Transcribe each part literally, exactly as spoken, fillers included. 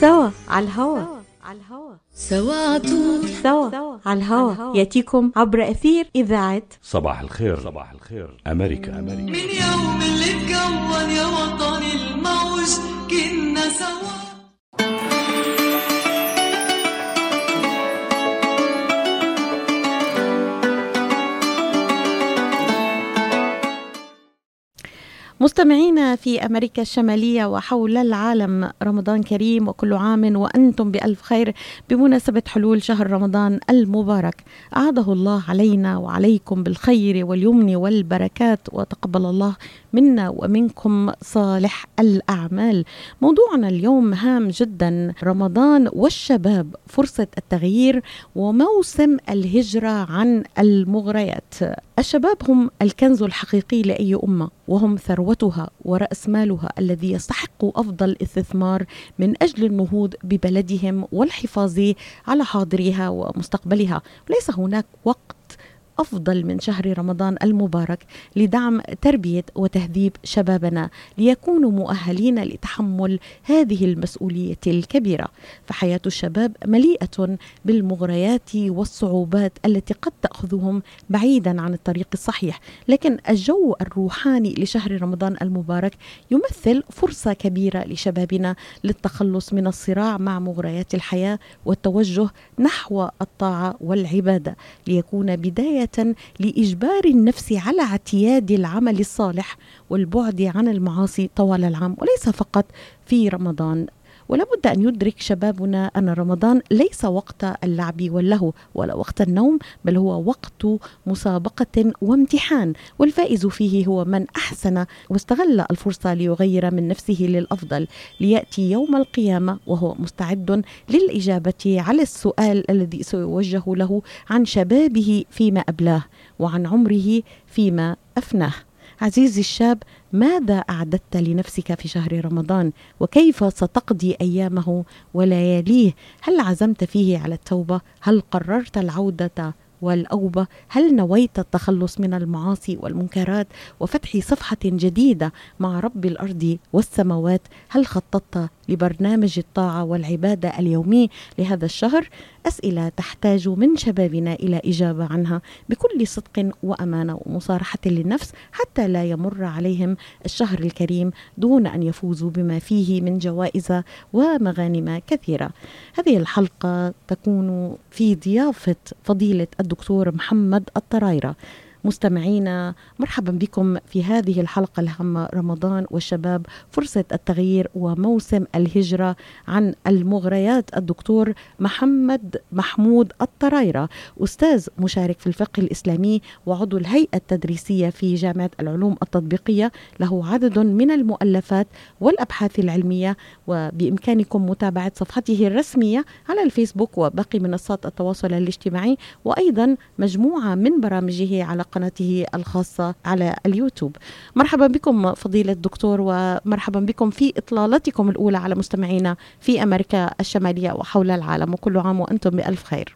سوا على الهوا سوا على طول سوا على الهوا ياتيكم عبر أثير إذاعة صباح الخير. صباح الخير أمريكا. أمريكا من يوم اللي اتكون يا وطني الموج كنا سوا. مستمعينا في أمريكا الشمالية وحول العالم، رمضان كريم وكل عام وأنتم بألف خير بمناسبة حلول شهر رمضان المبارك. أعاده الله علينا وعليكم بالخير واليمن والبركات، وتقبل الله منا ومنكم صالح الأعمال. موضوعنا اليوم هام جدا، رمضان والشباب، فرصة التغيير وموسم الهجرة عن المغريات. الشباب هم الكنز الحقيقي لأي أمة، وهم ثروتها ورأس مالها الذي يستحق أفضل استثمار من أجل النهوض ببلدهم والحفاظ على حاضرها ومستقبلها. وليس هناك وقت أفضل من شهر رمضان المبارك لدعم تربية وتهذيب شبابنا ليكونوا مؤهلين لتحمل هذه المسؤولية الكبيرة. فحياة الشباب مليئة بالمغريات والصعوبات التي قد تأخذهم بعيدا عن الطريق الصحيح، لكن الجو الروحاني لشهر رمضان المبارك يمثل فرصة كبيرة لشبابنا للتخلص من الصراع مع مغريات الحياة والتوجه نحو الطاعة والعبادة، ليكون بداية لإجبار النفس على اعتياد العمل الصالح والبعد عن المعاصي طوال العام وليس فقط في رمضان. ولا بد أن يدرك شبابنا أن رمضان ليس وقت اللعب واللهو ولا وقت النوم، بل هو وقت مسابقة وامتحان، والفائز فيه هو من أحسن واستغل الفرصة ليغير من نفسه للأفضل، ليأتي يوم القيامة وهو مستعد للإجابة على السؤال الذي سيوجه له عن شبابه فيما أبلاه وعن عمره فيما أفناه. عزيزي الشاب، ماذا أعددت لنفسك في شهر رمضان؟ وكيف ستقضي أيامه ولياليه؟ هل عزمت فيه على التوبة؟ هل قررت العودة والأوبة؟ هل نويت التخلص من المعاصي والمنكرات وفتح صفحة جديدة مع رب الأرض والسماوات؟ هل خططت لبرنامج الطاعة والعبادة اليومي لهذا الشهر؟ أسئلة تحتاج من شبابنا إلى إجابة عنها بكل صدق وأمانة ومصارحة للنفس، حتى لا يمر عليهم الشهر الكريم دون أن يفوزوا بما فيه من جوائز ومغانم كثيرة. هذه الحلقة تكون في ضيافة فضيلة الدكتور محمد الطرايرة. مستمعينا، مرحبا بكم في هذه الحلقة الهامة، رمضان والشباب، فرصة التغيير وموسم الهجرة عن المغريات. الدكتور محمد محمود الطرايرة أستاذ مشارك في الفقه الإسلامي وعضو الهيئة التدريسية في جامعة العلوم التطبيقية، له عدد من المؤلفات والأبحاث العلمية، وبإمكانكم متابعة صفحته الرسمية على الفيسبوك وباقي منصات التواصل الاجتماعي، وأيضا مجموعة من برامجه على قناته الخاصة على اليوتيوب. مرحبا بكم فضيلة الدكتور، ومرحبا بكم في إطلالتكم الأولى على مستمعينا في أمريكا الشمالية وحول العالم، وكل عام وأنتم بألف خير.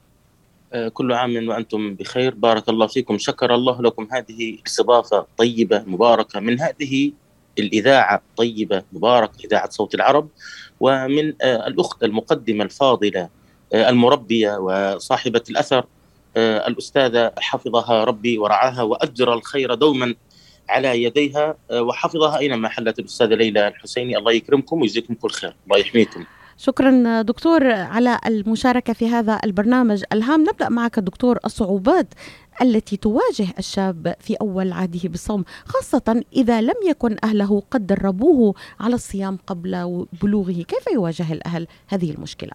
كل عام وأنتم بخير، بارك الله فيكم. شكر الله لكم هذه الاستضافة طيبة مباركة من هذه الإذاعة طيبة مباركة، إذاعة صوت العرب، ومن الأخت المقدمة الفاضلة المربية وصاحبة الأثر الأستاذة حفظها ربي ورعاها وأجرى الخير دوما على يديها، وحفظها أينما حلت، الأستاذة ليلى الحسيني. الله يكرمكم ويجزيكم كل خير، الله يحميكم. شكرا دكتور على المشاركة في هذا البرنامج الهام. نبدأ معك دكتور، الصعوبات التي تواجه الشاب في أول عهده بالصوم، خاصة إذا لم يكن أهله قد دربوه على الصيام قبل بلوغه، كيف يواجه الأهل هذه المشكلة؟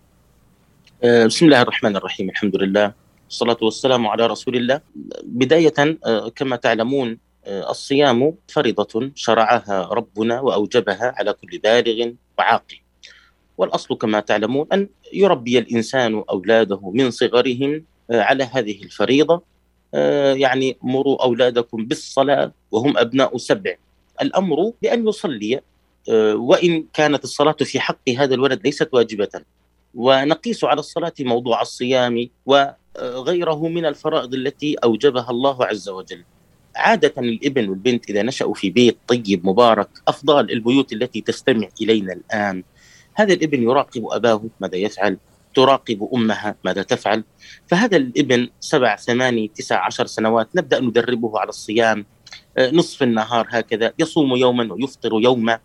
بسم الله الرحمن الرحيم، الحمد لله والصلاة والسلام على رسول الله. بداية كما تعلمون الصيام فريضة شرعها ربنا وأوجبها على كل بالغ وعاقل، والأصل كما تعلمون أن يربي الإنسان أولاده من صغرهم على هذه الفريضة. يعني مروا أولادكم بالصلاة وهم أبناء سبع. الأمر بأن يصلي، وإن كانت الصلاة في حق هذا الولد ليست واجبة، ونقيس على الصلاة موضوع الصيام وغيره من الفرائض التي أوجبها الله عز وجل. عادة الابن والبنت إذا نشأوا في بيت طيب مبارك، أفضل البيوت التي تستمع إلينا الآن هذا الابن يراقب أباه ماذا يفعل، تراقب أمها ماذا تفعل. فهذا الابن سبع ثماني تسع عشر سنوات نبدأ ندربه على الصيام، نصف النهار هكذا يصوم يوما ويفطر يوما،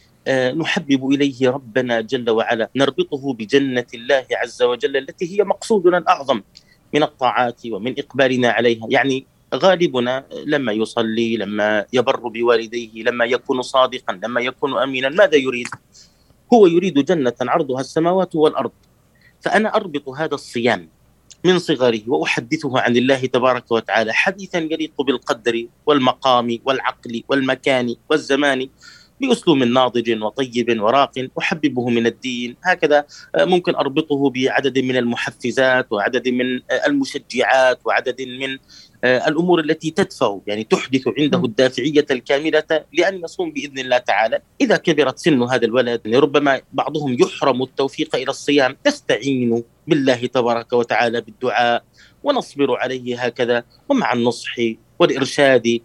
نحبب إليه ربنا جل وعلا، نربطه بجنة الله عز وجل التي هي مقصودنا الأعظم من الطاعات ومن إقبالنا عليها. يعني غالبنا لما يصلي، لما يبر بوالديه، لما يكون صادقا، لما يكون أمينا، ماذا يريد؟ هو يريد جنة عرضها السماوات والأرض. فأنا أربط هذا الصيام من صغره وأحدثه عن الله تبارك وتعالى حديثا يليق بالقدر والمقام والعقل والمكان والزمان، بأسلوب ناضج وطيب وراق، أحببه من الدين. هكذا ممكن أربطه بعدد من المحفزات وعدد من المشجعات وعدد من الأمور التي تدفع، يعني تحدث عنده الدافعية الكاملة لأن يصوم بإذن الله تعالى. إذا كبرت سن هذا الولد ربما بعضهم يحرم التوفيق إلى الصيام، تستعين بالله تبارك وتعالى بالدعاء ونصبر عليه هكذا، ومع النصح والإرشاد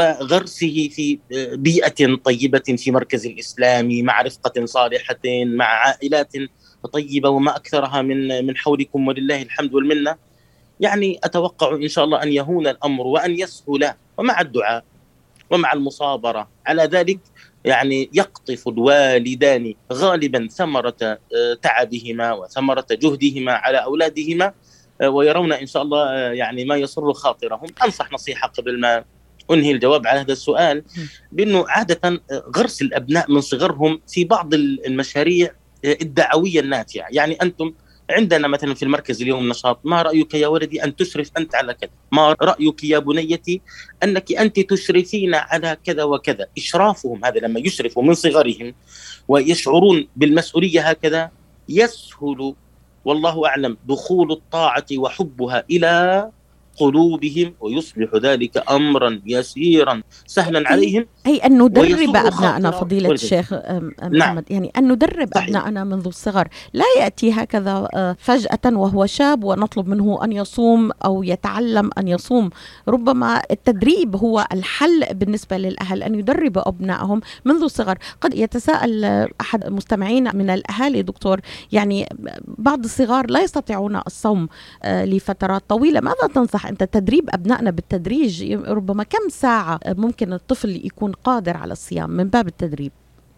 وغرسه في بيئة طيبة في مركز إسلامي مع رفقة صالحة مع عائلات طيبة وما أكثرها من من حولكم ولله الحمد والمنة. يعني أتوقع إن شاء الله أن يهون الأمر وأن يسهل، ومع الدعاء ومع المصابرة على ذلك يعني يقطف الوالدان غالبا ثمرة تعبهما وثمرة جهدهما على أولادهما، ويرون إن شاء الله يعني ما يسر خاطرهم. أنصح نصيحة قبل ما أنهي الجواب على هذا السؤال، بأنه عادة غرس الأبناء من صغرهم في بعض المشاريع الدعوية النافعة. يعني أنتم عندنا مثلا في المركز اليوم نشاط، ما رأيك يا ولدي أن تشرف أنت على كذا؟ ما رأيك يا بنيتي أنك أنت تشرفين على كذا وكذا؟ إشرافهم هذا لما يشرفوا من صغرهم ويشعرون بالمسؤولية هكذا، يسهل والله أعلم دخول الطاعة وحبها إلى قلوبهم، ويصبح ذلك أمرا يسيرا سهلا عليهم. أي أن ندرب أبنائنا فضيلة الشيخ محمد، نعم. يعني أن ندرب صحيح. أبنائنا منذ الصغر، لا يأتي هكذا فجأة وهو شاب ونطلب منه أن يصوم أو يتعلم أن يصوم. ربما التدريب هو الحل بالنسبة للأهل، أن يدرب أبنائهم منذ الصغر. قد يتساءل أحد مستمعين من الأهالي دكتور، يعني بعض الصغار لا يستطيعون الصوم لفترات طويلة، ماذا تنصح أنت؟ تدريب أبنائنا بالتدريج، ربما كم ساعة ممكن الطفل يكون قادر على الصيام من باب التدريب؟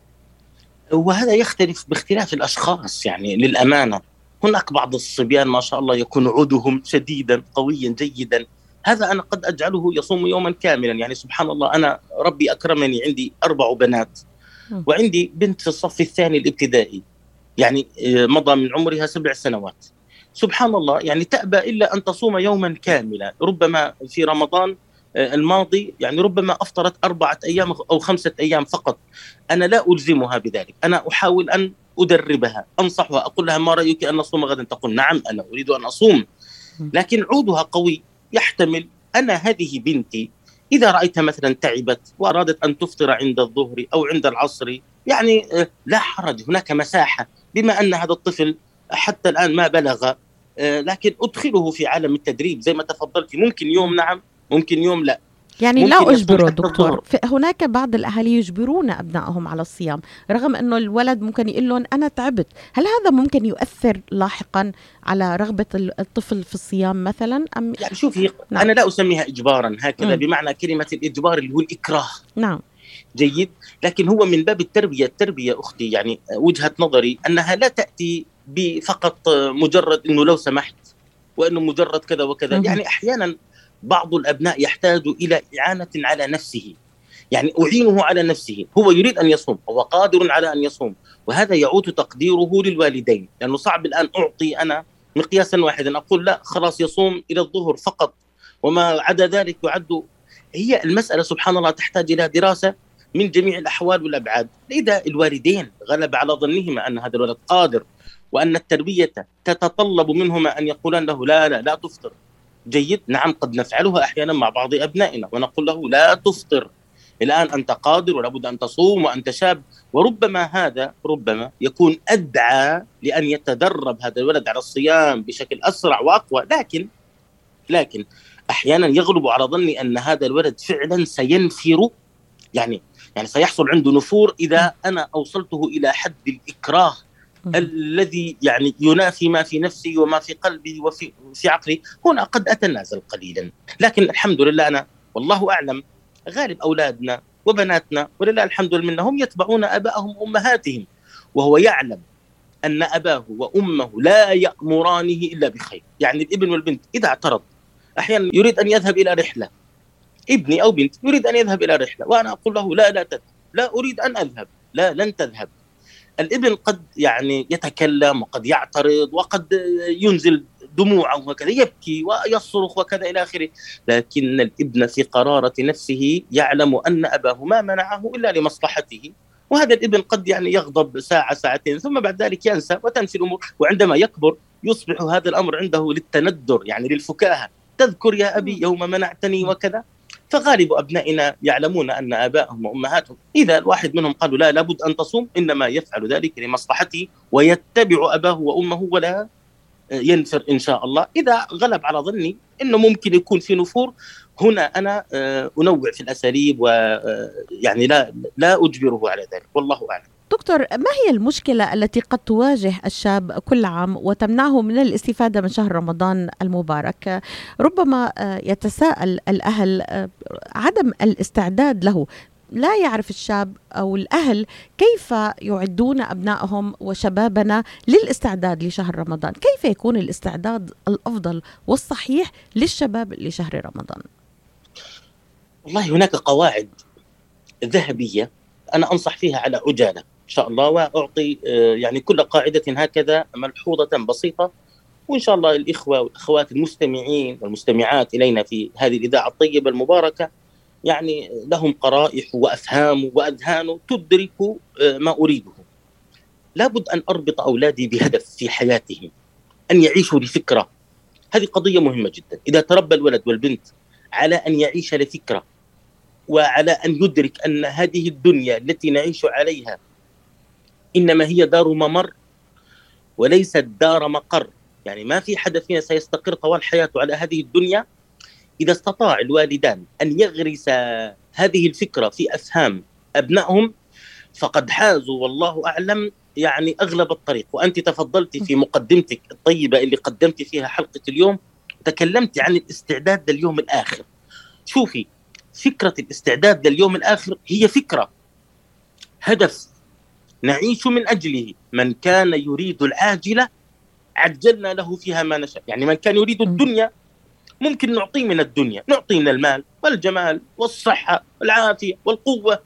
وهذا يختلف باختلاف الأشخاص. يعني للأمانة هناك بعض الصبيان ما شاء الله يكون عودهم شديدا قويا جيدا، هذا أنا قد أجعله يصوم يوما كاملا. يعني سبحان الله، أنا ربي أكرمني عندي أربع بنات وعندي بنت في الصف الثاني الابتدائي، يعني مضى من عمرها سبع سنوات. سبحان الله، يعني تأبى إلا أن تصوم يوما كاملا. ربما في رمضان الماضي يعني ربما أفطرت أربعة أيام أو خمسة أيام فقط. أنا لا ألزمها بذلك، أنا أحاول أن أدربها، أنصحها، أقول لها ما رأيك أن نصوم غدا؟ تقول نعم أنا أريد أن أصوم، لكن عودها قوي يحتمل. أنا هذه بنتي إذا رأيتها مثلا تعبت وأرادت أن تفطر عند الظهر أو عند العصر، يعني لا حرج، هناك مساحة. بما أن هذا الطفل حتى الآن ما بلغ، لكن أدخله في عالم التدريب زي ما تفضلتي، ممكن يوم نعم ممكن يوم لا. يعني لا أجبره دكتور، هناك بعض الأهالي يجبرون أبنائهم على الصيام رغم أنه الولد ممكن يقول لهم أنا تعبت. هل هذا ممكن يؤثر لاحقا على رغبة الطفل في الصيام مثلا؟ أم يعني شوفي، نعم. أنا لا أسميها إجبارا هكذا م. بمعنى كلمة الإجبار اللي هو الإكراه، نعم جيد، لكن هو من باب التربية. التربية أختي يعني وجهة نظري أنها لا تأتي بفقط مجرد أنه لو سمحت وأنه مجرد كذا وكذا. م. يعني أحيانا بعض الأبناء يحتاج إلى إعانة على نفسه، يعني أعينه على نفسه، هو يريد أن يصوم، هو قادر على أن يصوم، وهذا يعود تقديره للوالدين. لأنه صعب الآن أعطي أنا مقياسا واحدا أقول لا خلاص يصوم إلى الظهر فقط وما عدا ذلك يعد. هي المسألة سبحان الله تحتاج إلى دراسة من جميع الأحوال والأبعاد. إذا الوالدين غلب على ظنهما أن هذا الولد قادر وأن التربية تتطلب منهما أن يقولان له لا لا لا تفطر، جيد، نعم قد نفعلها أحيانا مع بعض أبنائنا ونقول له لا تفطر الآن، أنت قادر ولابد أن تصوم وأنت شاب. وربما هذا ربما يكون أدعى لأن يتدرب هذا الولد على الصيام بشكل أسرع وأقوى. لكن لكن أحيانا يغلب على ظني أن هذا الولد فعلا سينفر، يعني يعني سيحصل عنده نفور إذا أنا أوصلته إلى حد الإكراه الذي يعني ينافي ما في نفسي وما في قلبي وفي في عقلي، هنا قد أتنازل قليلا. لكن الحمد لله أنا والله أعلم غالب أولادنا وبناتنا ولله الحمد لله هم يتبعون أبائهم وأمهاتهم، وهو يعلم أن أباه وأمه لا يأمرانه إلا بخير. يعني الابن والبنت إذا اعترض أحيانا يريد أن يذهب إلى رحلة، ابني أو بنت يريد أن يذهب إلى رحلة وأنا أقول له لا لا تذهب، لا أريد أن أذهب، لا لن تذهب. الابن قد يعني يتكلم وقد يعترض وقد ينزل دموعه وكذا، يبكي ويصرخ وكذا إلى آخره، لكن الابن في قرارة نفسه يعلم أن أباه ما منعه إلا لمصلحته. وهذا الابن قد يعني يغضب ساعة ساعتين ثم بعد ذلك ينسى وتنسي الأمور، وعندما يكبر يصبح هذا الأمر عنده للتندر، يعني للفكاهة، تذكر يا أبي يوم منعتني وكذا. فغالب أبنائنا يعلمون أن آبائهم وأمهاتهم إذا الواحد منهم قالوا لا لابد أن تصوم إنما يفعل ذلك لمصلحته ويتبع أباه وأمه ولا ينفر إن شاء الله. إذا غلب على ظني إنه ممكن يكون في نفور، هنا أنا أنوع في الأساليب ويعني لا لا أجبره على ذلك، والله أعلم. دكتور، ما هي المشكلة التي قد تواجه الشاب كل عام وتمنعه من الاستفادة من شهر رمضان المبارك؟ ربما يتساءل الأهل عدم الاستعداد له. لا يعرف الشاب أو الأهل كيف يعدون أبنائهم وشبابنا للاستعداد لشهر رمضان. كيف يكون الاستعداد الأفضل والصحيح للشباب لشهر رمضان؟ والله هناك قواعد ذهبية أنا أنصح فيها على عجالة إن شاء الله، وأعطي يعني كل قاعدة هكذا ملحوظة بسيطة، وإن شاء الله الإخوة والأخوات المستمعين والمستمعات إلينا في هذه الإذاعة الطيبة المباركة يعني لهم قرائح وأفهام وأذهان تدرك ما أريده. لابد أن أربط أولادي بهدف في حياتهم، أن يعيشوا لفكرة. هذه قضية مهمة جدا. إذا تربى الولد والبنت على أن يعيش لفكرة وعلى أن يدرك أن هذه الدنيا التي نعيش عليها إنما هي دار ممر وليست دار مقر، يعني ما في حد فينا سيستقر طوال حياته على هذه الدنيا. إذا استطاع الوالدان أن يغرس هذه الفكرة في أفهام أبنائهم فقد حازوا والله أعلم يعني أغلب الطريق. وأنت تفضلت في مقدمتك الطيبة اللي قدمت فيها حلقة اليوم، تكلمت عن الاستعداد لليوم الآخر. شوفي، فكرة الاستعداد لليوم الآخر هي فكرة، هدف نعيش من أجله. من كان يريد العاجلة عجلنا له فيها ما نشاء. يعني من كان يريد الدنيا ممكن نعطيه من الدنيا، نعطيه من المال والجمال والصحة والعافية والقوة،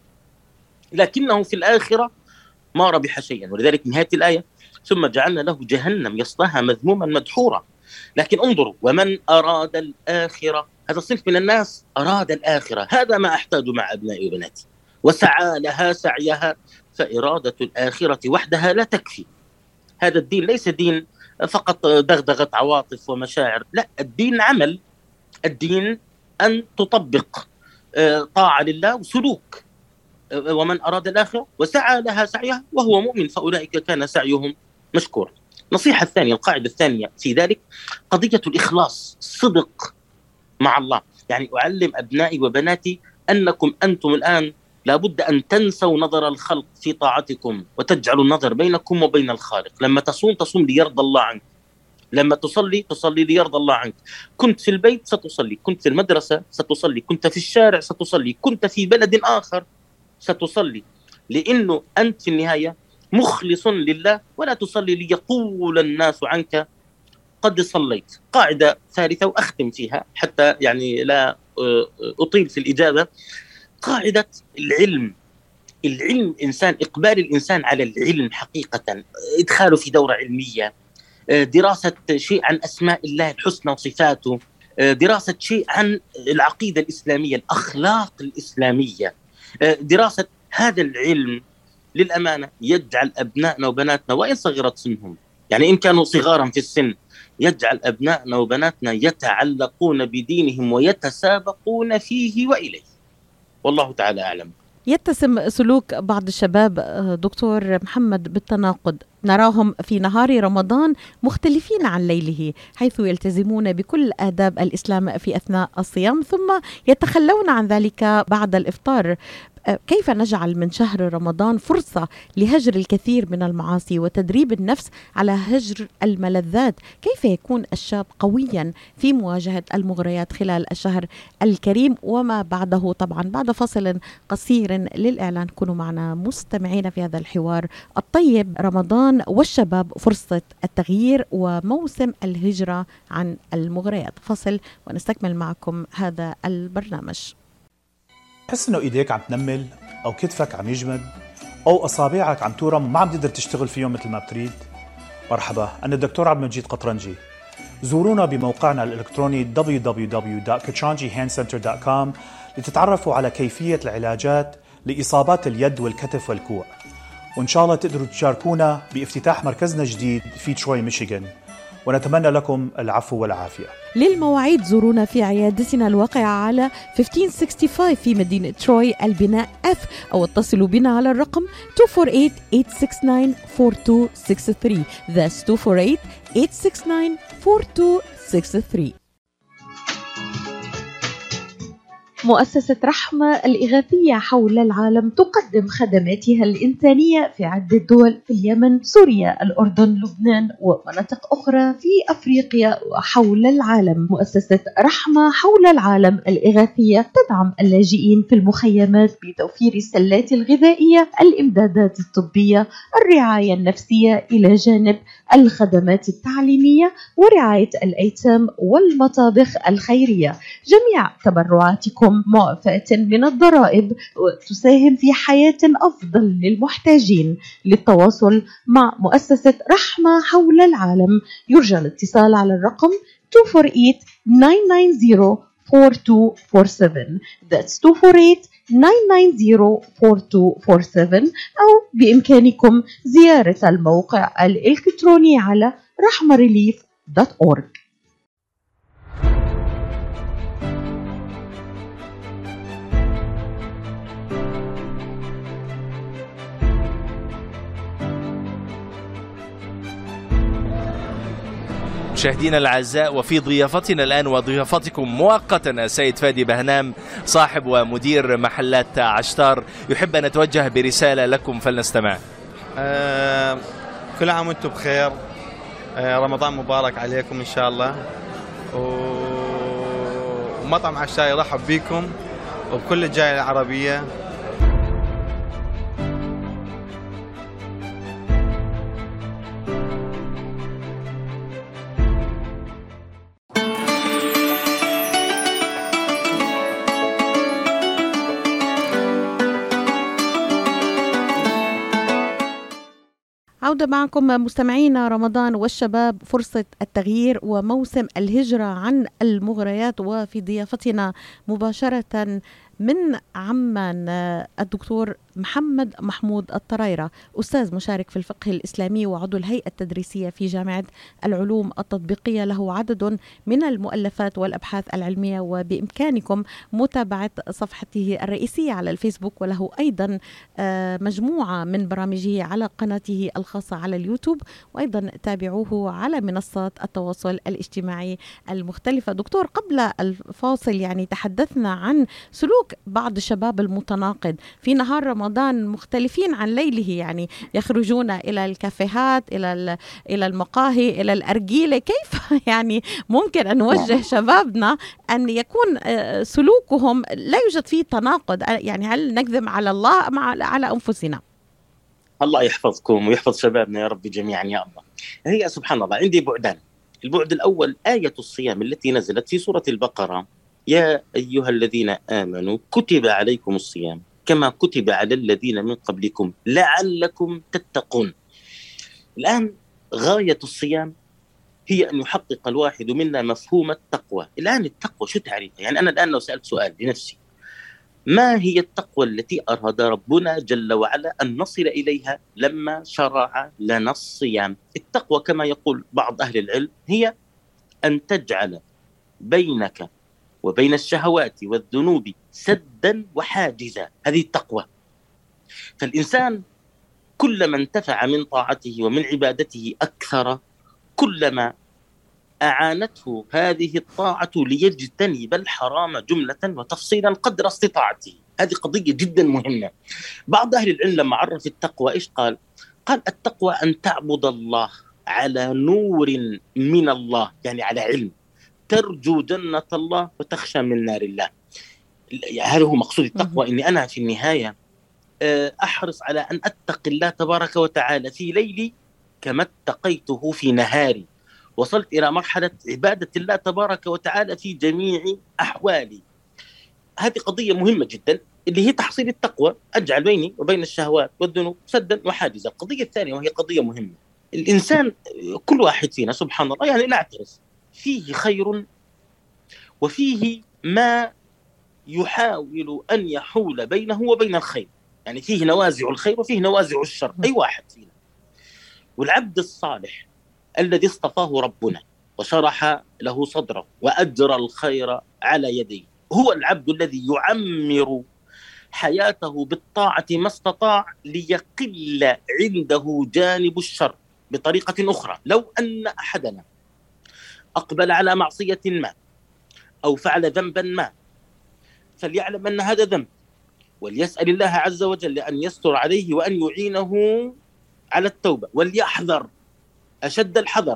لكنه في الآخرة ما ربح شيئا. ولذلك نهاية الآية ثم جعلنا له جهنم يصلاها مذموما مدحورا. لكن انظروا، ومن أراد الآخرة، هذا صنف من الناس أراد الآخرة، هذا ما أحتاج مع أبنائي وبناتي، وسعى لها سعيها، فإرادة الآخرة وحدها لا تكفي. هذا الدين ليس دين فقط دغدغة عواطف ومشاعر، لا، الدين عمل. الدين أن تطبق طاعة لله وسلوك. ومن أراد الآخرة وسعى لها سعيها وهو مؤمن فأولئك كان سعيهم مشكورا. النصيحة الثانية، القاعدة الثانية في ذلك قضية الإخلاص، الصدق مع الله. يعني أعلم أبنائي وبناتي أنكم أنتم الآن لابد أن تنسوا نظر الخلق في طاعتكم وتجعلوا النظر بينكم وبين الخالق. لما تصوم تصوم ليرضى الله عنك، لما تصلي تصلي ليرضى الله عنك. كنت في البيت ستصلي، كنت في المدرسة ستصلي، كنت في الشارع ستصلي، كنت في بلد آخر ستصلي، لأنه أنت في النهاية مخلص لله، ولا تصلي ليقول الناس عنك قد صليت. قاعدة ثالثة وأختم فيها حتى يعني لا أطيل في الإجابة، قاعدة العلم. العلم إنسان، إقبال الإنسان على العلم حقيقة، إدخاله في دورة علمية، دراسة شيء عن أسماء الله الحسنى وصفاته، دراسة شيء عن العقيدة الإسلامية، الأخلاق الإسلامية. دراسة هذا العلم للأمانة يجعل أبنائنا وبناتنا وإن صغرت سنهم، يعني إن كانوا صغارا في السن، يجعل أبنائنا وبناتنا يتعلقون بدينهم ويتسابقون فيه وإليه، والله تعالى أعلم. يتسم سلوك بعض الشباب دكتور محمد بالتناقض. نراهم في نهار رمضان مختلفين عن ليله، حيث يلتزمون بكل آداب الإسلام في أثناء الصيام ثم يتخلون عن ذلك بعد الإفطار. كيف نجعل من شهر رمضان فرصة لهجر الكثير من المعاصي وتدريب النفس على هجر الملذات؟ كيف يكون الشاب قويا في مواجهة المغريات خلال الشهر الكريم وما بعده؟ طبعا بعد فصل قصير للإعلان كونوا معنا مستمعين في هذا الحوار الطيب. رمضان والشباب، فرصة التغيير وموسم الهجرة عن المغريات. فصل ونستكمل معكم هذا البرنامج. تحس انه ايديك عم تنمل او كتفك عم يجمد او اصابعك عم تورم وما عم تقدر تشتغل فيهم مثل ما بتريد؟ مرحبا، انا الدكتور عبد المجيد قطرنجي. زورونا بموقعنا الالكتروني دبليو دبليو دبليو دوت katranji hand center دوت كوم لتتعرفوا على كيفية العلاجات لإصابات اليد والكتف والكوع، وإن شاء الله تقدروا تشاركونا بافتتاح مركزنا الجديد في تروي ميشيغان، ونتمنى لكم العفو والعافية. للمواعيد زورونا في عيادتنا الواقعة على خمسة عشر خمسة وستين في مدينة تروي البناء F، أو اتصلوا بنا على الرقم اثنين أربعة ثمانية ثمانية ستة تسعة أربعة اثنين ستة ثلاثة. That's اثنين أربعة ثمانية ستة تسعة أربعة اثنين ستة ثلاثة. مؤسسة رحمة الإغاثية حول العالم تقدم خدماتها الإنسانية في عدة دول في اليمن، سوريا، الأردن، لبنان ومناطق أخرى في أفريقيا وحول العالم. مؤسسة رحمة حول العالم الإغاثية تدعم اللاجئين في المخيمات بتوفير السلات الغذائية، الإمدادات الطبية، الرعاية النفسية، إلى جانب الخدمات التعليمية ورعاية الأيتام والمطابخ الخيرية. جميع تبرعاتكم معفاة من الضرائب وتساهم في حياة أفضل للمحتاجين. للتواصل مع مؤسسة رحمة حول العالم يرجى الاتصال على الرقم اثنين أربعة ثمانية تسعة صفر أربعة اثنين أربعة سبعة. That's اثنين أربعة ثمانية تسعة صفر أربعة اثنين أربعة سبعة، أو بإمكانكم زيارة الموقع الإلكتروني على رحمة ريليف دوت أورج. مشاهدينا الأعزاء، وفي ضيافتنا الآن وضيافتكم مؤقتا السيد فادي بهنام، صاحب ومدير محلات عشتار، يحب أن نتوجه برسالة لكم فلنستمع. آه كل عام وانتم بخير، آه رمضان مبارك عليكم إن شاء الله، ومطعم عشتار يرحب بكم وبكل الجالية العربية. عودة معكم مستمعينا. رمضان والشباب، فرصة التغيير وموسم الهجرة عن المغريات، وفي ضيافتنا مباشرة من عمان الدكتور محمد محمود الطريرة، أستاذ مشارك في الفقه الإسلامي وعضو الهيئة التدريسية في جامعة العلوم التطبيقية. له عدد من المؤلفات والأبحاث العلمية، وبإمكانكم متابعة صفحته الرئيسية على الفيسبوك، وله أيضا مجموعة من برامجه على قناته الخاصة على اليوتيوب، وأيضا تابعوه على منصات التواصل الاجتماعي المختلفة. دكتور، قبل الفاصل يعني تحدثنا عن سلوك بعض الشباب المتناقض في نهار رمضان، مختلفين عن ليله، يعني يخرجون إلى الكافيهات، إلى إلى المقاهي، إلى الأرجيلة. كيف يعني ممكن أن نوجه شبابنا أن يكون سلوكهم لا يوجد فيه تناقض؟ يعني هل نكذب على الله مع على أنفسنا؟ الله يحفظكم ويحفظ شبابنا يا رب جميعا يا الله. هي سبحان الله عندي بعدان. البعد الأول آية الصيام التي نزلت في سورة البقرة: يا أيها الذين آمنوا كتب عليكم الصيام كما كتب على الذين من قبلكم لعلكم تتقون. الآن غاية الصيام هي أن يحقق الواحد منا مفهوم التقوى. الآن التقوى شو تعريفها؟ يعني أنا الآن لو سألت سؤال لنفسي: ما هي التقوى التي أراد ربنا جل وعلا أن نصل إليها لما شرع لنا الصيام؟ التقوى كما يقول بعض أهل العلم هي أن تجعل بينك وبين الشهوات والذنوب سدا وحاجزا. هذه التقوى. فالإنسان كلما انتفع من طاعته ومن عبادته أكثر، كلما أعانته هذه الطاعة ليجتنب الحرام جملة وتفصيلا قدر استطاعته. هذه قضية جدا مهمة. بعض أهل العلم لما عرف التقوى إيش قال؟ قال التقوى أن تعبد الله على نور من الله، يعني على علم، ترجو جنة الله وتخشى من نار الله. هذا هو مقصود التقوى، إني أنا في النهاية أحرص على أن أتقي الله تبارك وتعالى في ليلي كما اتقيته في نهاري. وصلت إلى مرحلة عبادة الله تبارك وتعالى في جميع أحوالي. هذه قضية مهمة جدا اللي هي تحصيل التقوى، أجعل بيني وبين الشهوات والذنوب سدا وحاجزا. القضية الثانية وهي قضية مهمة، الإنسان كل واحد فينا سبحان الله يعني نعترف فيه خير وفيه ما يحاول أن يحول بينه وبين الخير، يعني فيه نوازع الخير وفيه نوازع الشر، أي واحد فينا. والعبد الصالح الذي اصطفاه ربنا وشرح له صدره وأجرى الخير على يديه هو العبد الذي يعمر حياته بالطاعة ما استطاع ليقل عنده جانب الشر. بطريقة أخرى، لو أن أحدنا أقبل على معصية ما أو فعل ذنبا ما فليعلم أن هذا ذنب، وليسأل الله عز وجل أن يستر عليه وأن يعينه على التوبة، وليحذر أشد الحذر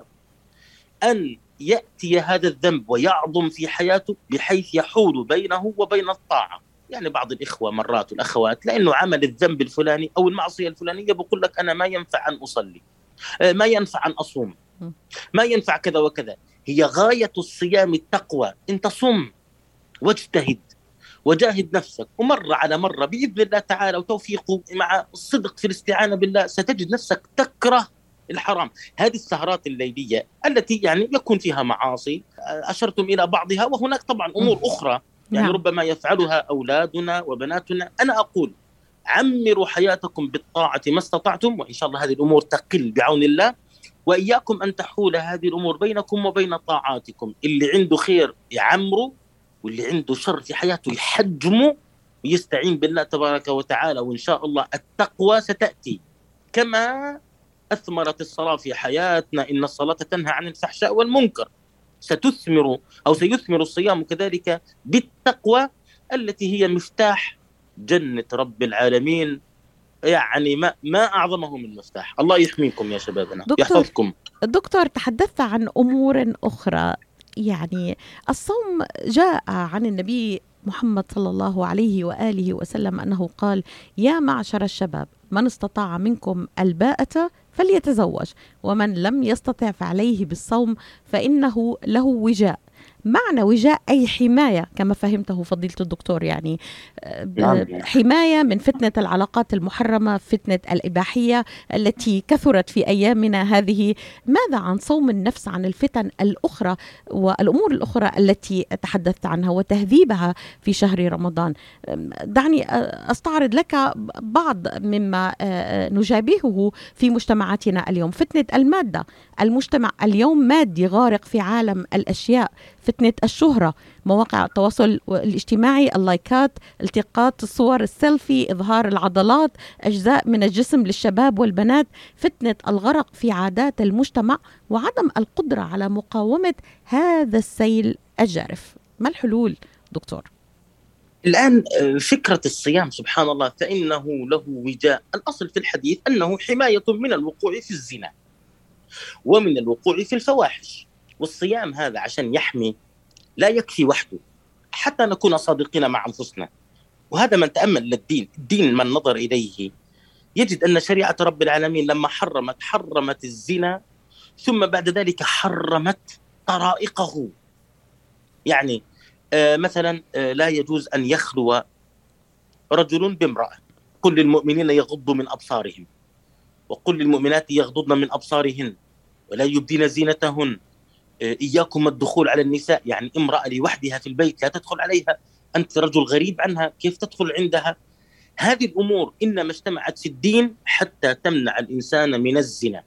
أن يأتي هذا الذنب ويعظم في حياته بحيث يحول بينه وبين الطاعة. يعني بعض الإخوة مرات والأخوات لأنه عمل الذنب الفلاني أو المعصية الفلانية بقول لك أنا ما ينفع أن أصلي، ما ينفع أن أصوم، ما ينفع كذا وكذا. هي غاية الصيام التقوى، أنت صم واجتهد وجاهد نفسك، ومرة على مرة بإذن الله تعالى وتوفيقه مع الصدق في الاستعانة بالله ستجد نفسك تكره الحرام. هذه السهرات الليلية التي يعني يكون فيها معاصي أشرتم إلى بعضها، وهناك طبعا أمور أخرى يعني ربما يفعلها أولادنا وبناتنا. أنا أقول عمروا حياتكم بالطاعة ما استطعتم، وإن شاء الله هذه الأمور تقل بعون الله. وإياكم أن تحول هذه الأمور بينكم وبين طاعاتكم. اللي عنده خير يعمره، واللي عنده شر في حياته يحجمه ويستعين بالله تبارك وتعالى. وإن شاء الله التقوى ستأتي كما أثمرت الصلاة في حياتنا، إن الصلاة تنهى عن الفحشاء والمنكر. ستثمر أو سيثمر الصيام كذلك بالتقوى التي هي مفتاح جنة رب العالمين. يعني ما ما أعظمه من مفتاح. الله يحميكم يا شبابنا، يحفظكم. دكتور، تحدثت عن أمور أخرى، يعني الصوم جاء عن النبي محمد صلى الله عليه وآله وسلم أنه قال: يا معشر الشباب من استطاع منكم الباءة فليتزوج، ومن لم يستطع فعليه بالصوم فإنه له وجاء. معنى وجاء أي حماية كما فهمته فضيلة الدكتور، يعني حماية من فتنة العلاقات المحرمة، فتنة الإباحية التي كثرت في أيامنا هذه. ماذا عن صوم النفس عن الفتن الأخرى والأمور الأخرى التي تحدثت عنها وتهذيبها في شهر رمضان؟ دعني أستعرض لك بعض مما نجابهه في مجتمعاتنا اليوم. فتنة المادة، المجتمع اليوم مادي غارق في عالم الأشياء. فتنة الشهرة، مواقع التواصل الاجتماعي، اللايكات، التقاط الصور السيلفي، إظهار العضلات، أجزاء من الجسم للشباب والبنات. فتنة الغرق في عادات المجتمع وعدم القدرة على مقاومة هذا السيل الجارف. ما الحلول دكتور؟ الآن فكرة الصيام سبحان الله فإنه له وجاء. الأصل في الحديث أنه حماية من الوقوع في الزنا ومن الوقوع في الفواحش. والصيام هذا عشان يحمي لا يكفي وحده، حتى نكون صادقين مع أنفسنا. وهذا من تأمل للدين، الدين من نظر إليه يجد أن شريعة رب العالمين لما حرمت حرمت الزنا، ثم بعد ذلك حرمت طرائقه. يعني آه مثلا آه لا يجوز أن يخلو رجل بامرأة. قل للمؤمنين يغضوا من أبصارهم وقل للمؤمنات يغضضن من أبصارهن ولا يبدين زينتهن. إياكم الدخول على النساء، يعني امرأة لوحدها في البيت لا تدخل عليها، أنت رجل غريب عنها كيف تدخل عندها؟ هذه الأمور إنما اجتمعت في الدين حتى تمنع الإنسان من الزنا.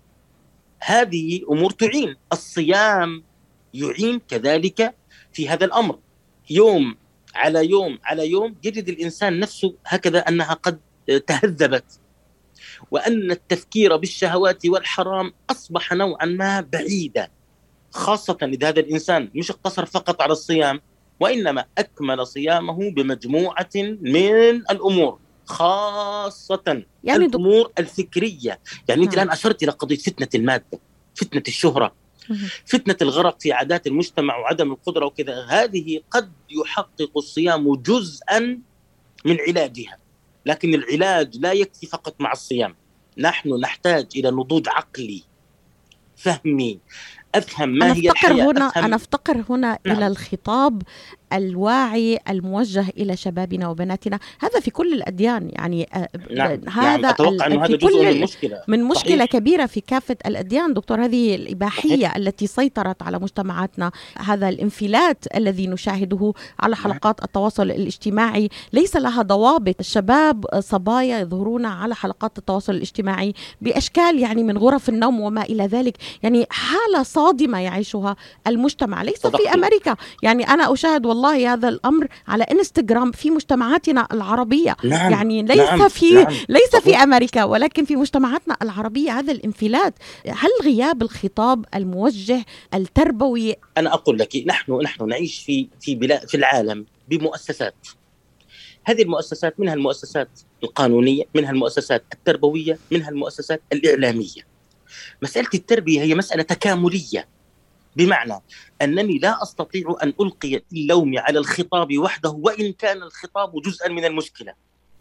هذه أمور تعين. الصيام يعين كذلك في هذا الأمر. يوم على يوم على يوم يجد الإنسان نفسه هكذا أنها قد تهذبت، وأن التفكير بالشهوات والحرام أصبح نوعا ما بعيدا، خاصة إذا هذا الإنسان مش اقتصر فقط على الصيام، وإنما أكمل صيامه بمجموعة من الأمور، خاصة يعني الأمور دو... الفكرية. يعني أنت الآن أشرت إلى قضية فتنة المادة، فتنة الشهرة، فتنة الغرق في عادات المجتمع وعدم القدرة وكذا. هذه قد يحقق الصيام جزءا من علاجها، لكن العلاج لا يكفي فقط مع الصيام. نحن نحتاج إلى نضوج عقلي فهمي، أفهم ما هي الحياة. هنا أنا أفتقر هنا نعم. إلى الخطاب الواعي الموجه إلى شبابنا وبناتنا، هذا في كل الأديان. يعني نعم. هذا نعم. أتوقع أنه هذا جزء من مشكلة من مشكلة صحيح. كبيرة في كافة الأديان دكتور. هذه الإباحية صحيح. التي سيطرت على مجتمعاتنا، هذا الانفلات الذي نشاهده على حلقات التواصل الاجتماعي ليس لها ضوابط. الشباب صبايا يظهرون على حلقات التواصل الاجتماعي بأشكال يعني من غرف النوم وما إلى ذلك. يعني حالة صادمة يعيشها المجتمع، ليس صدقتي. في أمريكا. يعني أنا أشاهد والله هذا الأمر على إنستغرام في مجتمعاتنا العربية. نعم. يعني ليس نعم. في نعم. ليس في أمريكا، ولكن في مجتمعاتنا العربية هذا الانفلات. هل غياب الخطاب الموجه التربوي؟ أنا أقول لك، نحن نحن نعيش في في بلاد في العالم بمؤسسات. هذه المؤسسات منها المؤسسات القانونية، منها المؤسسات التربوية، منها المؤسسات الإعلامية. مسألة التربية هي مسألة تكاملية، بمعنى أنني لا أستطيع أن ألقي اللوم على الخطاب وحده وإن كان الخطاب جزءا من المشكلة.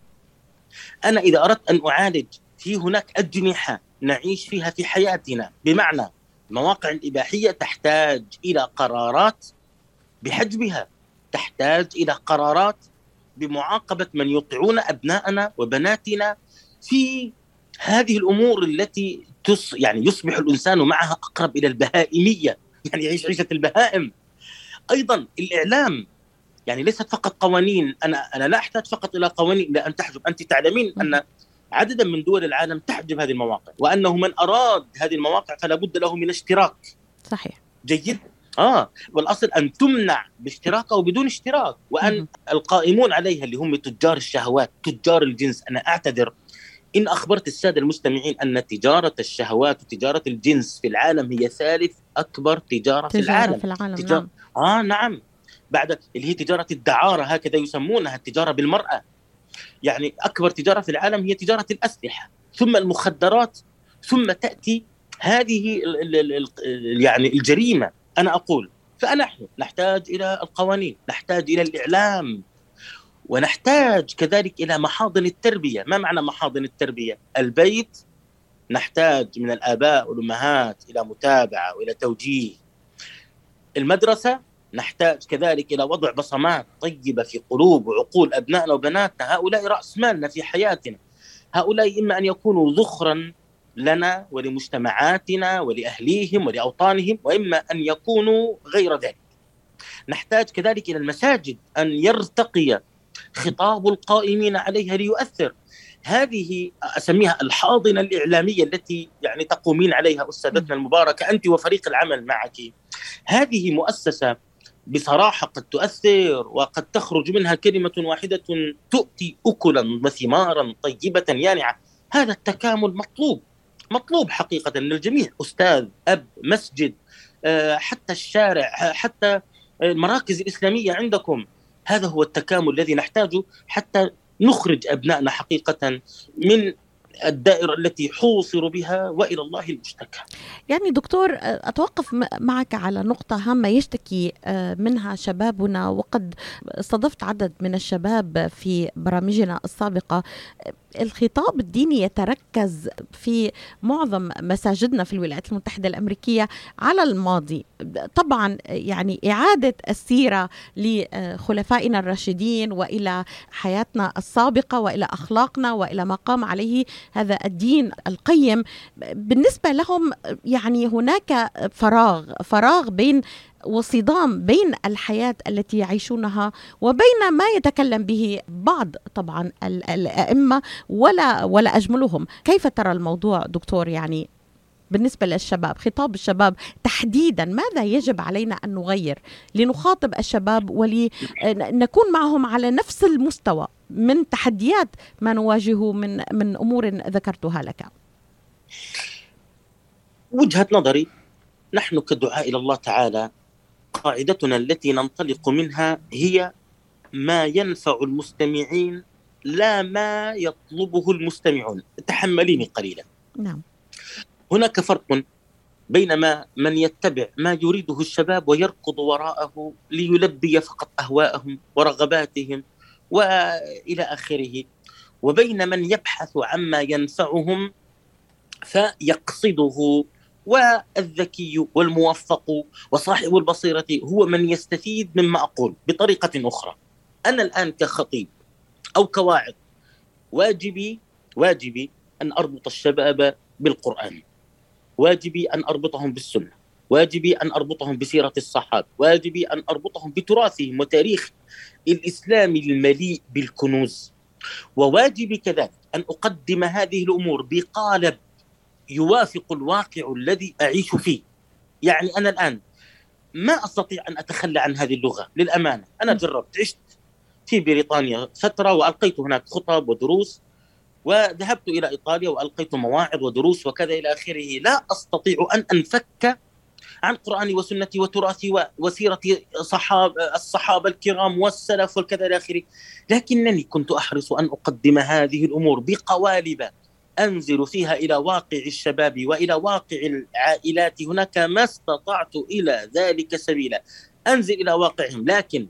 أنا إذا أردت أن أعالج، في هناك أجنحة نعيش فيها في حياتنا، بمعنى المواقع الإباحية تحتاج إلى قرارات بحجبها، تحتاج إلى قرارات بمعاقبة من يوقعون أبناءنا وبناتنا في هذه الأمور التي تص... يعني يصبح الإنسان معها أقرب إلى البهائمية، يعني يعيش عيشة البهائم. أيضا الإعلام، يعني ليست فقط قوانين. أنا أنا لا أحتاج فقط إلى قوانين لأن تحجب. أنت تعلمين أن عددا من دول العالم تحجب هذه المواقع، وأنه من أراد هذه المواقع فلا بد له من اشتراك. صحيح. جيد. آه والأصل أن تمنع باشتراك أو بدون اشتراك، وأن م- القائمون عليها اللي هم تجار الشهوات، تجار الجنس. أنا أعتذر إن أخبرت السادة المستمعين أن تجارة الشهوات وتجارة الجنس في العالم هي ثالث أكبر تجارة, تجارة في العالم, في العالم. تجار... نعم. آه نعم، بعد اللي هي تجارة الدعارة، هكذا يسمونها، التجارة بالمرأة. يعني أكبر تجارة في العالم هي تجارة الأسلحة، ثم المخدرات، ثم تأتي هذه ال ال ال يعني الجريمة. أنا أقول فنحن نحتاج إلى القوانين، نحتاج إلى الإعلام، ونحتاج كذلك إلى محاضن التربية. ما معنى محاضن التربية؟ البيت نحتاج من الآباء والأمهات إلى متابعة وإلى توجيه. المدرسة نحتاج كذلك إلى وضع بصمات طيبة في قلوب وعقول أبنائنا وبناتنا. هؤلاء رأس مالنا في حياتنا. هؤلاء إما أن يكونوا ذخرا لنا ولمجتمعاتنا ولأهليهم ولأوطانهم، وإما أن يكونوا غير ذلك. نحتاج كذلك إلى المساجد أن يرتقي خطاب القائمين عليها ليؤثر. هذه أسميها الحاضنة الإعلامية التي يعني تقومين عليها أستاذتنا المباركة أنت وفريق العمل معك. هذه مؤسسة بصراحة قد تؤثر، وقد تخرج منها كلمة واحدة تؤتي أكلا وثمارا طيبة يانعة. هذا التكامل مطلوب، مطلوب حقيقة من الجميع، أستاذ، أب، مسجد، حتى الشارع، حتى المراكز الإسلامية عندكم. هذا هو التكامل الذي نحتاجه حتى نخرج أبنائنا حقيقة من الدائرة التي حوصروا بها وإلى الله المشتكى. يعني دكتور، أتوقف معك على نقطة هامة يشتكي منها شبابنا، وقد استضفت عدد من الشباب في برامجنا السابقة. الخطاب الديني يتركز في معظم مساجدنا في الولايات المتحدة الأمريكية على الماضي. طبعا يعني إعادة السيرة لخلفائنا الراشدين وإلى حياتنا السابقة وإلى أخلاقنا وإلى ما قام عليه هذا الدين القيم. بالنسبة لهم يعني هناك فراغ فراغ بين وصدام بين الحياة التي يعيشونها وبين ما يتكلم به بعض طبعا الأئمة ولا ولا أجملهم. كيف ترى الموضوع دكتور؟ يعني بالنسبة للشباب، خطاب الشباب تحديدا، ماذا يجب علينا أن نغير لنخاطب الشباب ولنكون معهم على نفس المستوى من تحديات ما نواجهه من من أمور ذكرتها لك؟ وجهة نظري، نحن كدعاء إلى الله تعالى قاعدتنا التي ننطلق منها هي ما ينفع المستمعين لا ما يطلبه المستمعون. تحمليني قليلا. نعم. هناك فرق بين ما من يتبع ما يريده الشباب ويركض وراءه ليلبي فقط أهواءهم ورغباتهم وإلى آخره، وبين من يبحث عما ينفعهم فيقصده. والذكي والموفق وصاحب البصيرة هو من يستفيد مما أقول بطريقة أخرى. أنا الآن كخطيب أو كواعظ واجبي واجبي أن أربط الشباب بالقرآن، واجبي أن أربطهم بالسنة، واجبي أن أربطهم بسيرة الصحابة، واجبي أن أربطهم بتراثهم وتاريخ الإسلام المليء بالكنوز، وواجبي كذلك أن أقدم هذه الأمور بقالب يوافق الواقع الذي أعيش فيه. يعني أنا الآن ما أستطيع أن أتخلى عن هذه اللغة للأمانة. أنا جربت، عشت في بريطانيا فترة وألقيت هناك خطب ودروس، وذهبت إلى إيطاليا وألقيت مواعظ ودروس وكذا إلى آخره. لا أستطيع أن أنفك عن قرآني وسنتي وتراثي وسيرة صحاب الصحابة الكرام والسلف والكذا إلى آخره، لكنني كنت أحرص أن أقدم هذه الأمور بقوالب أنزل فيها إلى واقع الشباب وإلى واقع العائلات. هناك ما استطعت إلى ذلك سبيلا، أنزل إلى واقعهم. لكن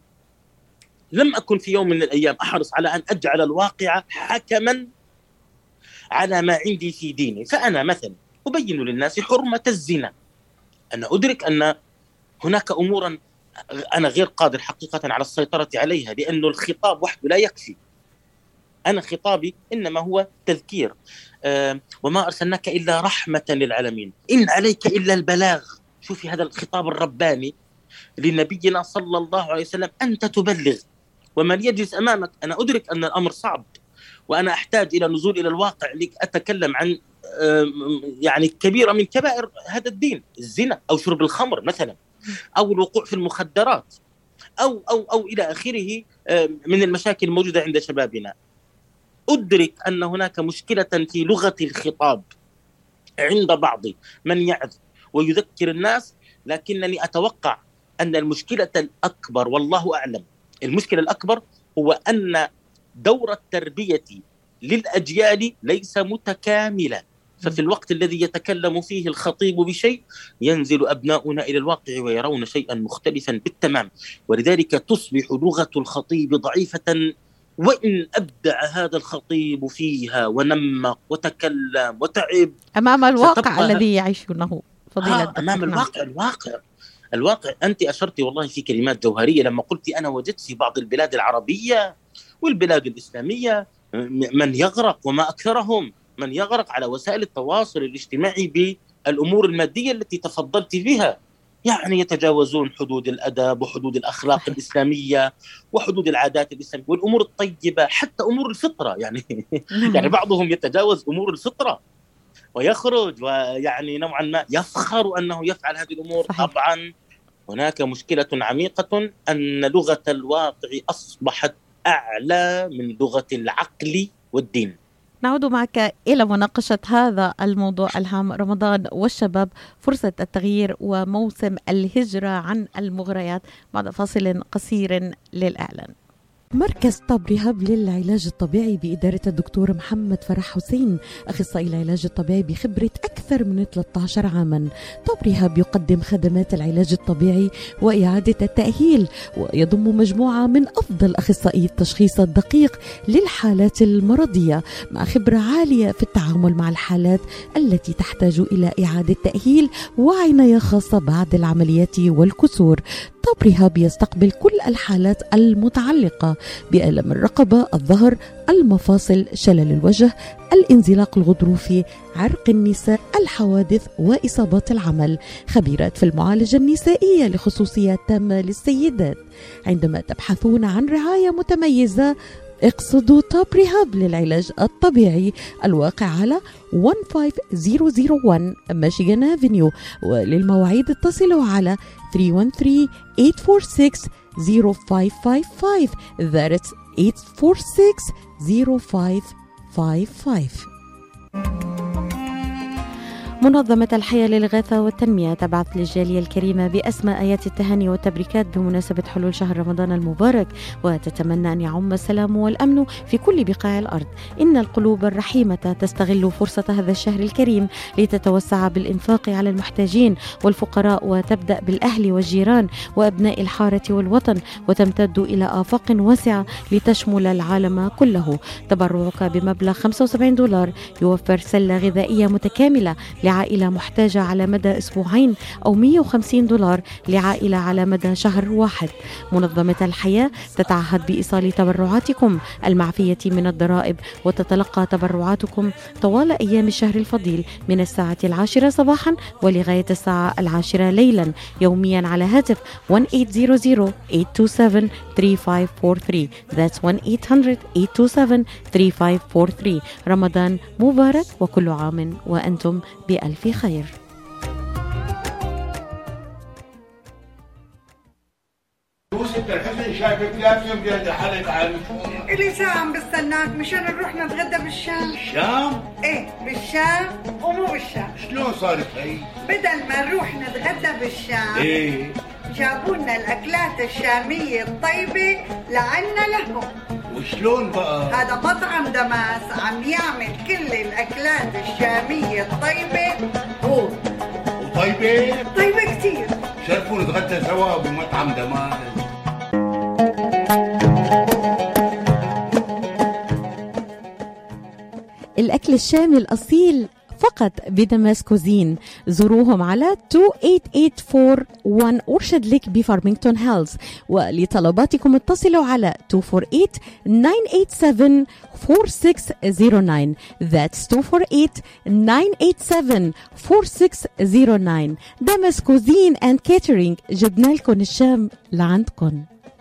لم أكن في يوم من الأيام أحرص على أن أجعل الواقع حكما على ما عندي في ديني. فأنا مثلا أبين للناس حرمة الزنا. أنا أدرك أن هناك أمورا أنا غير قادر حقيقة على السيطرة عليها، لأن الخطاب وحده لا يكفي. أنا خطابي إنما هو تذكير. أه وما أرسلناك إلا رحمة للعالمين، إن عليك إلا البلاغ. شوفي هذا الخطاب الرباني لنبينا صلى الله عليه وسلم، أنت تبلغ ومن يجلس أمامك. أنا أدرك أن الأمر صعب، وأنا أحتاج إلى نزول إلى الواقع لأتكلم عن يعني كبيرة من كبائر هذا الدين، الزنا أو شرب الخمر مثلا، أو الوقوع في المخدرات، أو أو أو إلى آخره من المشاكل الموجودة عند شبابنا. أدرك أن هناك مشكلة في لغة الخطاب عند بعض من يعظ ويذكر الناس، لكنني أتوقع أن المشكلة الأكبر والله أعلم، المشكلة الأكبر هو أن دور التربية للأجيال ليس متكاملا. ففي الوقت الذي يتكلم فيه الخطيب بشيء ينزل أبناؤنا إلى الواقع ويرون شيئا مختلفا بالتمام، ولذلك تصبح لغة الخطيب ضعيفة. وإن أبدع هذا الخطيب فيها ونمق وتكلم وتعب أمام الواقع الذي يعيشونه فضيلة آه أمام الواقع الواقع الواقع أنت أشرتي والله في كلمات جوهرية لما قلت أنا وجدت في بعض البلاد العربية والبلاد الإسلامية من يغرق، وما أكثرهم من يغرق على وسائل التواصل الاجتماعي بالأمور المادية التي تفضلت بها. يعني يتجاوزون حدود الأدب وحدود الأخلاق الإسلامية وحدود العادات الإسلامية والأمور الطيبة، حتى أمور الفطرة. يعني يعني بعضهم يتجاوز أمور الفطرة ويخرج ويعني نوعا ما يفخر أنه يفعل هذه الأمور. صحيح. طبعا هناك مشكلة عميقة أن لغة الواقع أصبحت أعلى من لغة العقل والدين. نعود معك إلى مناقشة هذا الموضوع الهام، رمضان والشباب، فرصة التغيير وموسم الهجرة عن المغريات، بعد فاصل قصير للإعلان. مركز طب ريهاب للعلاج الطبيعي بإدارة الدكتور محمد فرح حسين، أخصائي العلاج الطبيعي بخبرة أكثر من ثلاثة عشر عاما. طب ريهاب يقدم خدمات العلاج الطبيعي وإعادة التأهيل، ويضم مجموعة من أفضل أخصائي التشخيص الدقيق للحالات المرضية، مع خبرة عالية في التعامل مع الحالات التي تحتاج إلى إعادة تأهيل وعناية خاصة بعد العمليات والكسور. طب ريهاب يستقبل كل الحالات المتعلقة بألم الرقبة، الظهر، المفاصل، شلل الوجه، الانزلاق الغضروفي، عرق النساء، الحوادث وإصابات العمل. خبيرات في المعالجة النسائية لخصوصيات تامة للسيدات. عندما تبحثون عن رعاية متميزة اقصدوا توب ريهاب للعلاج الطبيعي، الواقع على خمسة عشر صفر صفر واحد ميشيغان افنيو، وللمواعيد اتصلوا على ثلاثة واحد ثلاثة ثمانية أربعة ستة صفر خمسة خمسة خمسة. That's ثمانية أربعة ستة صفر خمسة خمسة خمسة. منظمة الحياة للإغاثة والتنمية تبعث للجالية الكريمة بأسمى آيات التهاني والتبريكات بمناسبة حلول شهر رمضان المبارك، وتتمنى أن يعم السلام والأمن في كل بقاع الأرض. إن القلوب الرحيمة تستغل فرصة هذا الشهر الكريم لتتوسع بالإنفاق على المحتاجين والفقراء، وتبدأ بالأهل والجيران وأبناء الحارة والوطن، وتمتد إلى آفاق واسعة لتشمل العالم كله. تبرعك بمبلغ خمسة وسبعين دولار يوفر سلة غذائية متكاملة لعائلة محتاجة على مدى أسبوعين، أو مئة وخمسين دولار لعائلة على مدى شهر واحد. منظمة الحياة تتعهد بإيصال تبرعاتكم المعفية من الضرائب، وتتلقى تبرعاتكم طوال أيام الشهر الفضيل من الساعة العاشرة صباحا ولغاية الساعة العاشرة ليلا يوميا على هاتف one eight hundred eight two seven three five four three. That's one eight hundred eight two seven three five four three. رمضان مبارك وكل عام وأنتم بألف خير. شايفك لازم بيد حالك عن إلي ساعة عم بستناك مشان نروح نتغدى بالشام. الشام؟ إيه بالشام ومو بالشام. شلون صارت هي؟ بدل ما نروح نتغدى بالشام إيه جابوا لنا الأكلات الشامية الطيبة لعنا لهم. وشلون بقى؟ هذا مطعم دماس عم يعمل كل الأكلات الشامية الطيبة هو. وطيبة؟ طيبة كتير. شرفوا نتغدى سوا بمطعم دماس. الأكل الشامي الأصيل فقط بدماس كوزين. زوروهم على two eight eight four one أورشدليك بفارمينغتون هيلز، ولطلباتكم اتصلوا على two four eight nine eight seven four six zero nine. That's two four eight nine eight seven four six zero nine. دماس كوزين and catering، جبنا لكم الشام لعندكم.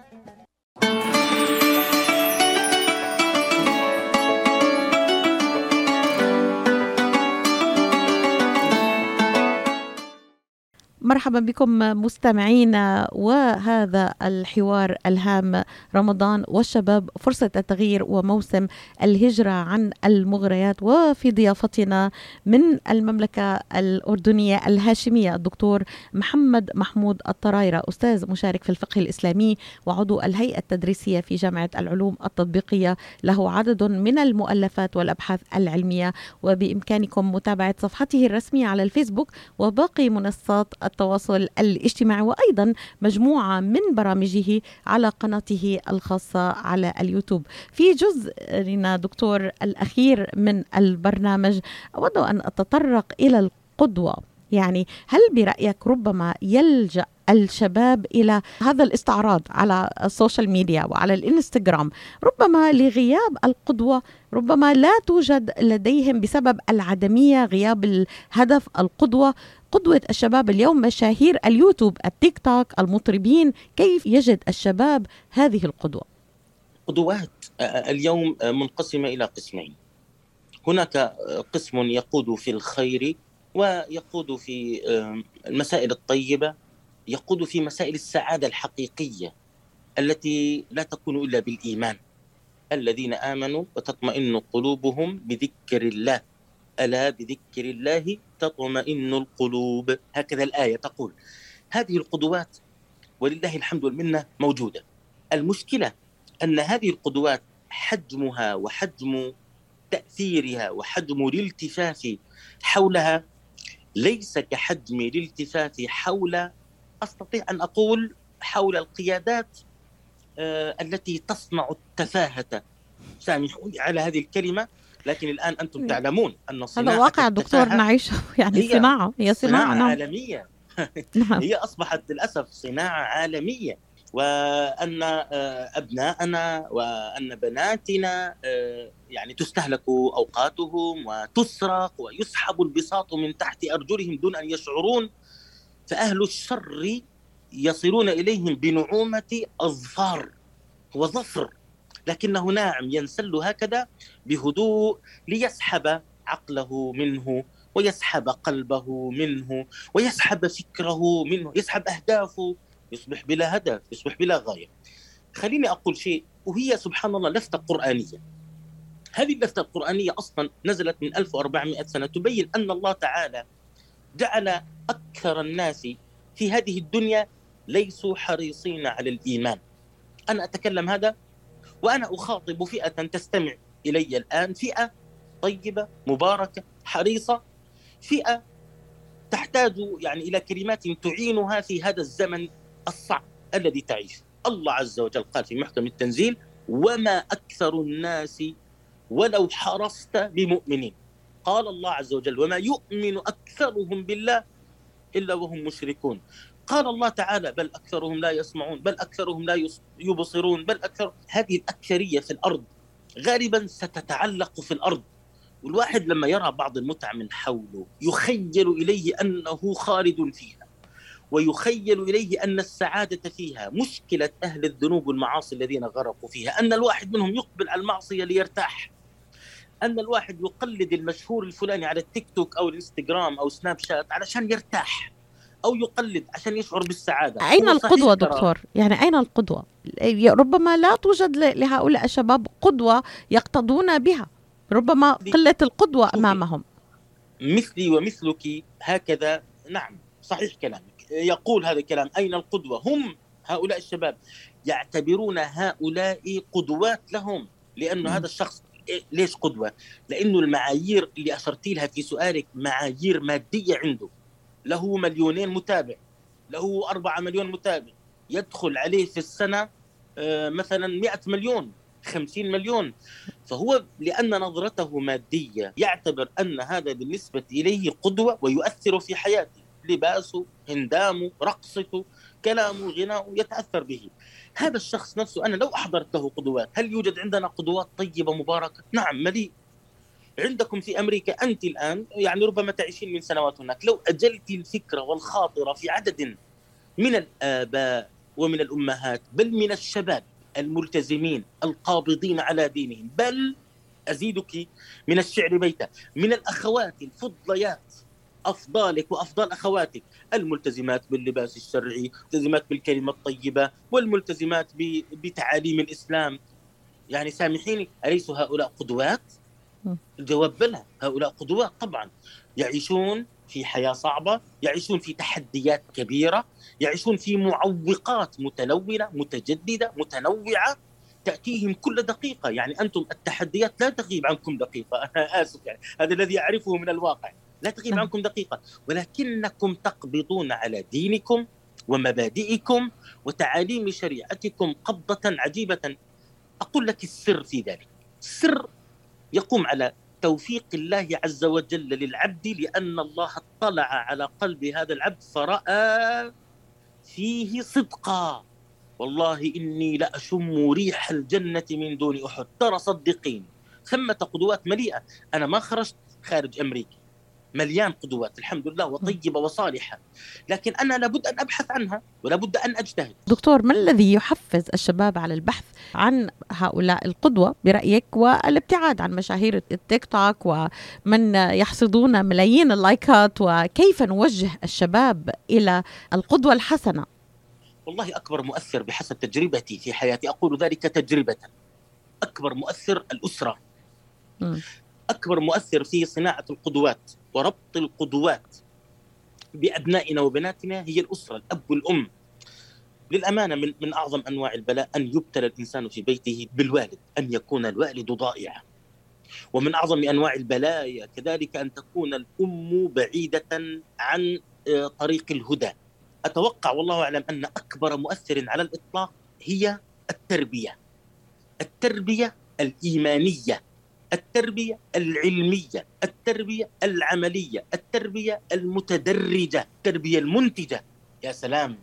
مرحبا بكم مستمعينا، وهذا الحوار الهام رمضان والشباب، فرصة التغيير وموسم الهجرة عن المغريات. وفي ضيافتنا من المملكة الأردنية الهاشمية الدكتور محمد محمود الطرايرة، أستاذ مشارك في الفقه الإسلامي وعضو الهيئة التدريسية في جامعة العلوم التطبيقية، له عدد من المؤلفات والأبحاث العلمية، وبإمكانكم متابعة صفحته الرسمية على الفيسبوك وباقي منصات التواصل الاجتماعي، وأيضا مجموعة من برامجه على قناته الخاصة على اليوتيوب. في جزءنا دكتور الأخير من البرنامج أود أن أتطرق إلى القدوة. يعني هل برأيك ربما يلجأ الشباب إلى هذا الاستعراض على السوشيال ميديا وعلى الإنستغرام ربما لغياب القدوة، ربما لا توجد لديهم بسبب العدمية، غياب الهدف، القدوة؟ قدوة الشباب اليوم مشاهير اليوتيوب، التيك توك، المطربين، كيف يجد الشباب هذه القدوة؟ قدوات اليوم منقسمة إلى قسمين. هناك قسم يقود في الخير ويقود في المسائل الطيبة، يقود في مسائل السعادة الحقيقية التي لا تكون إلا بالإيمان. الذين آمنوا وتطمئن قلوبهم بذكر الله، ألا بذكر الله تطمئن القلوب، هكذا الآية تقول. هذه القدوات ولله الحمد والمنة موجودة. المشكلة أن هذه القدوات حجمها وحجم تأثيرها وحجم الالتفاف حولها ليس كحجم الالتفاف حول، أستطيع أن أقول حول القيادات آه التي تصنع التفاهة. سامحوني على هذه الكلمة، لكن الآن أنتم تعلمون أن صناعة هذا واقع دكتور نعيشه، يعني هي صناعة هي صناعة, صناعة نعم. عالمية. هي أصبحت للأسف صناعة عالمية، وأن أبناءنا وأن بناتنا يعني تستهلك أوقاتهم وتسرق ويسحب البساط من تحت أرجلهم دون أن يشعرون. فأهل الشر يصلون إليهم بنعومة أظفار وظفر، لكنه ناعم ينسل هكذا بهدوء ليسحب عقله منه ويسحب قلبه منه ويسحب فكره منه، يسحب أهدافه، يصبح بلا هدف، يصبح بلا غاية. خليني أقول شيء، وهي سبحان الله لفتة قرآنية. هذه اللفتة القرآنية أصلا نزلت من ألف وأربعمائة سنة، تبين أن الله تعالى جعل أكثر الناس في هذه الدنيا ليسوا حريصين على الإيمان. أنا أتكلم هذا وأنا أخاطب فئة تستمع إلي الآن، فئة طيبة مباركة حريصة، فئة تحتاج يعني إلى كلمات تعينها في هذا الزمن الصعب الذي تعيشه. الله عز وجل قال في محكم التنزيل: وما أكثر الناس ولو حرصت بمؤمنين. قال الله عز وجل: وما يؤمن أكثرهم بالله إلا وهم مشركون. قال الله تعالى: بل أكثرهم لا يسمعون، بل أكثرهم لا يبصرون، بل أكثر. هذه الأكثرية في الأرض غالبا ستتعلق في الأرض، والواحد لما يرى بعض المتع من حوله يخيل إليه أنه خالد فيها، ويخيل إليه أن السعادة فيها. مشكلة أهل الذنوب والمعاصي الذين غرقوا فيها أن الواحد منهم يقبل على المعصية ليرتاح، أن الواحد يقلد المشهور الفلاني على التيك توك أو الانستغرام أو سناب شات علشان يرتاح، أو يقلد عشان يشعر بالسعادة. أين القدوة دكتور؟ يعني أين القدوة؟ ربما لا توجد لهؤلاء الشباب قدوة يقتضون بها، ربما قلة القدوة أمامهم. مثلي ومثلك هكذا. نعم صحيح كلامك، يقول هذا الكلام. أين القدوة؟ هم هؤلاء الشباب يعتبرون هؤلاء قدوات لهم، لأنه م. هذا الشخص ليش قدوة؟ لأنه المعايير اللي أشرتي لها في سؤالك معايير مادية عنده. له مليونين متابع، له أربعة مليون متابع، يدخل عليه في السنة مثلا مئة مليون، خمسين مليون. فهو لأن نظرته مادية يعتبر أن هذا بالنسبة إليه قدوة ويؤثر في حياته، لباسه، هندامه، رقصته، كلامه، غناؤه يتأثر به. هذا الشخص نفسه أنا لو أحضرت له قدوات، هل يوجد عندنا قدوات طيبة مباركة؟ نعم مليء. عندكم في أمريكا أنت الآن يعني ربما تعيشين من سنوات هناك، لو أجلت الفكرة والخاطرة في عدد من الآباء ومن الأمهات بل من الشباب الملتزمين القابضين على دينهم، بل أزيدك من الشعر بيتا، من الأخوات الفضليات أفضالك وأفضال أخواتك، الملتزمات باللباس الشرعي، الملتزمات بالكلمة الطيبة، والملتزمات بتعاليم الإسلام. يعني سامحيني، أليسوا هؤلاء قدوات؟ الجواب بلى، هؤلاء قدوات طبعا. يعيشون في حياة صعبة، يعيشون في تحديات كبيرة، يعيشون في معوقات متلونة متجددة متنوعة تأتيهم كل دقيقة. يعني أنتم التحديات لا تغيب عنكم دقيقة، أنا آسف يعني هذا الذي أعرفه من الواقع، لا تغيب عنكم دقيقة، ولكنكم تقبضون على دينكم ومبادئكم وتعاليم شريعتكم قبضة عجيبة. أقول لك السر في ذلك، السر يقوم على توفيق الله عز وجل للعبد، لأن الله اطلع على قلب هذا العبد فرأى فيه صدقا. والله إني لأشم ريح الجنة من دون أحد. ترى صدقين ثمة قدوات مليئة. أنا ما خرجت خارج أمريكا، مليان قدوات الحمد لله وطيبة وصالحة، لكن أنا لابد أن أبحث عنها ولابد أن أجتهد. دكتور، ما الذي يحفز الشباب على البحث عن هؤلاء القدوة برأيك والابتعاد عن مشاهير التيك توك ومن يحصدون ملايين اللايكات، وكيف نوجه الشباب إلى القدوة الحسنة؟ والله أكبر مؤثر بحسب تجربتي في حياتي، أقول ذلك تجربة، أكبر مؤثر الأسرة. م. أكبر مؤثر في صناعة القدوات وربط القدوات بأبنائنا وبناتنا هي الأسرة، الأب والأم. للأمانة من, من أعظم أنواع البلاء أن يبتلى الإنسان في بيته بالوالد، أن يكون الوالد ضائعا. ومن أعظم أنواع البلايا كذلك أن تكون الأم بعيدة عن طريق الهدى. أتوقع والله أعلم أن أكبر مؤثر على الإطلاق هي التربية، التربية الإيمانية، التربية العلمية، التربية العملية، التربية المتدرجة، التربية المنتجة. يا سلام.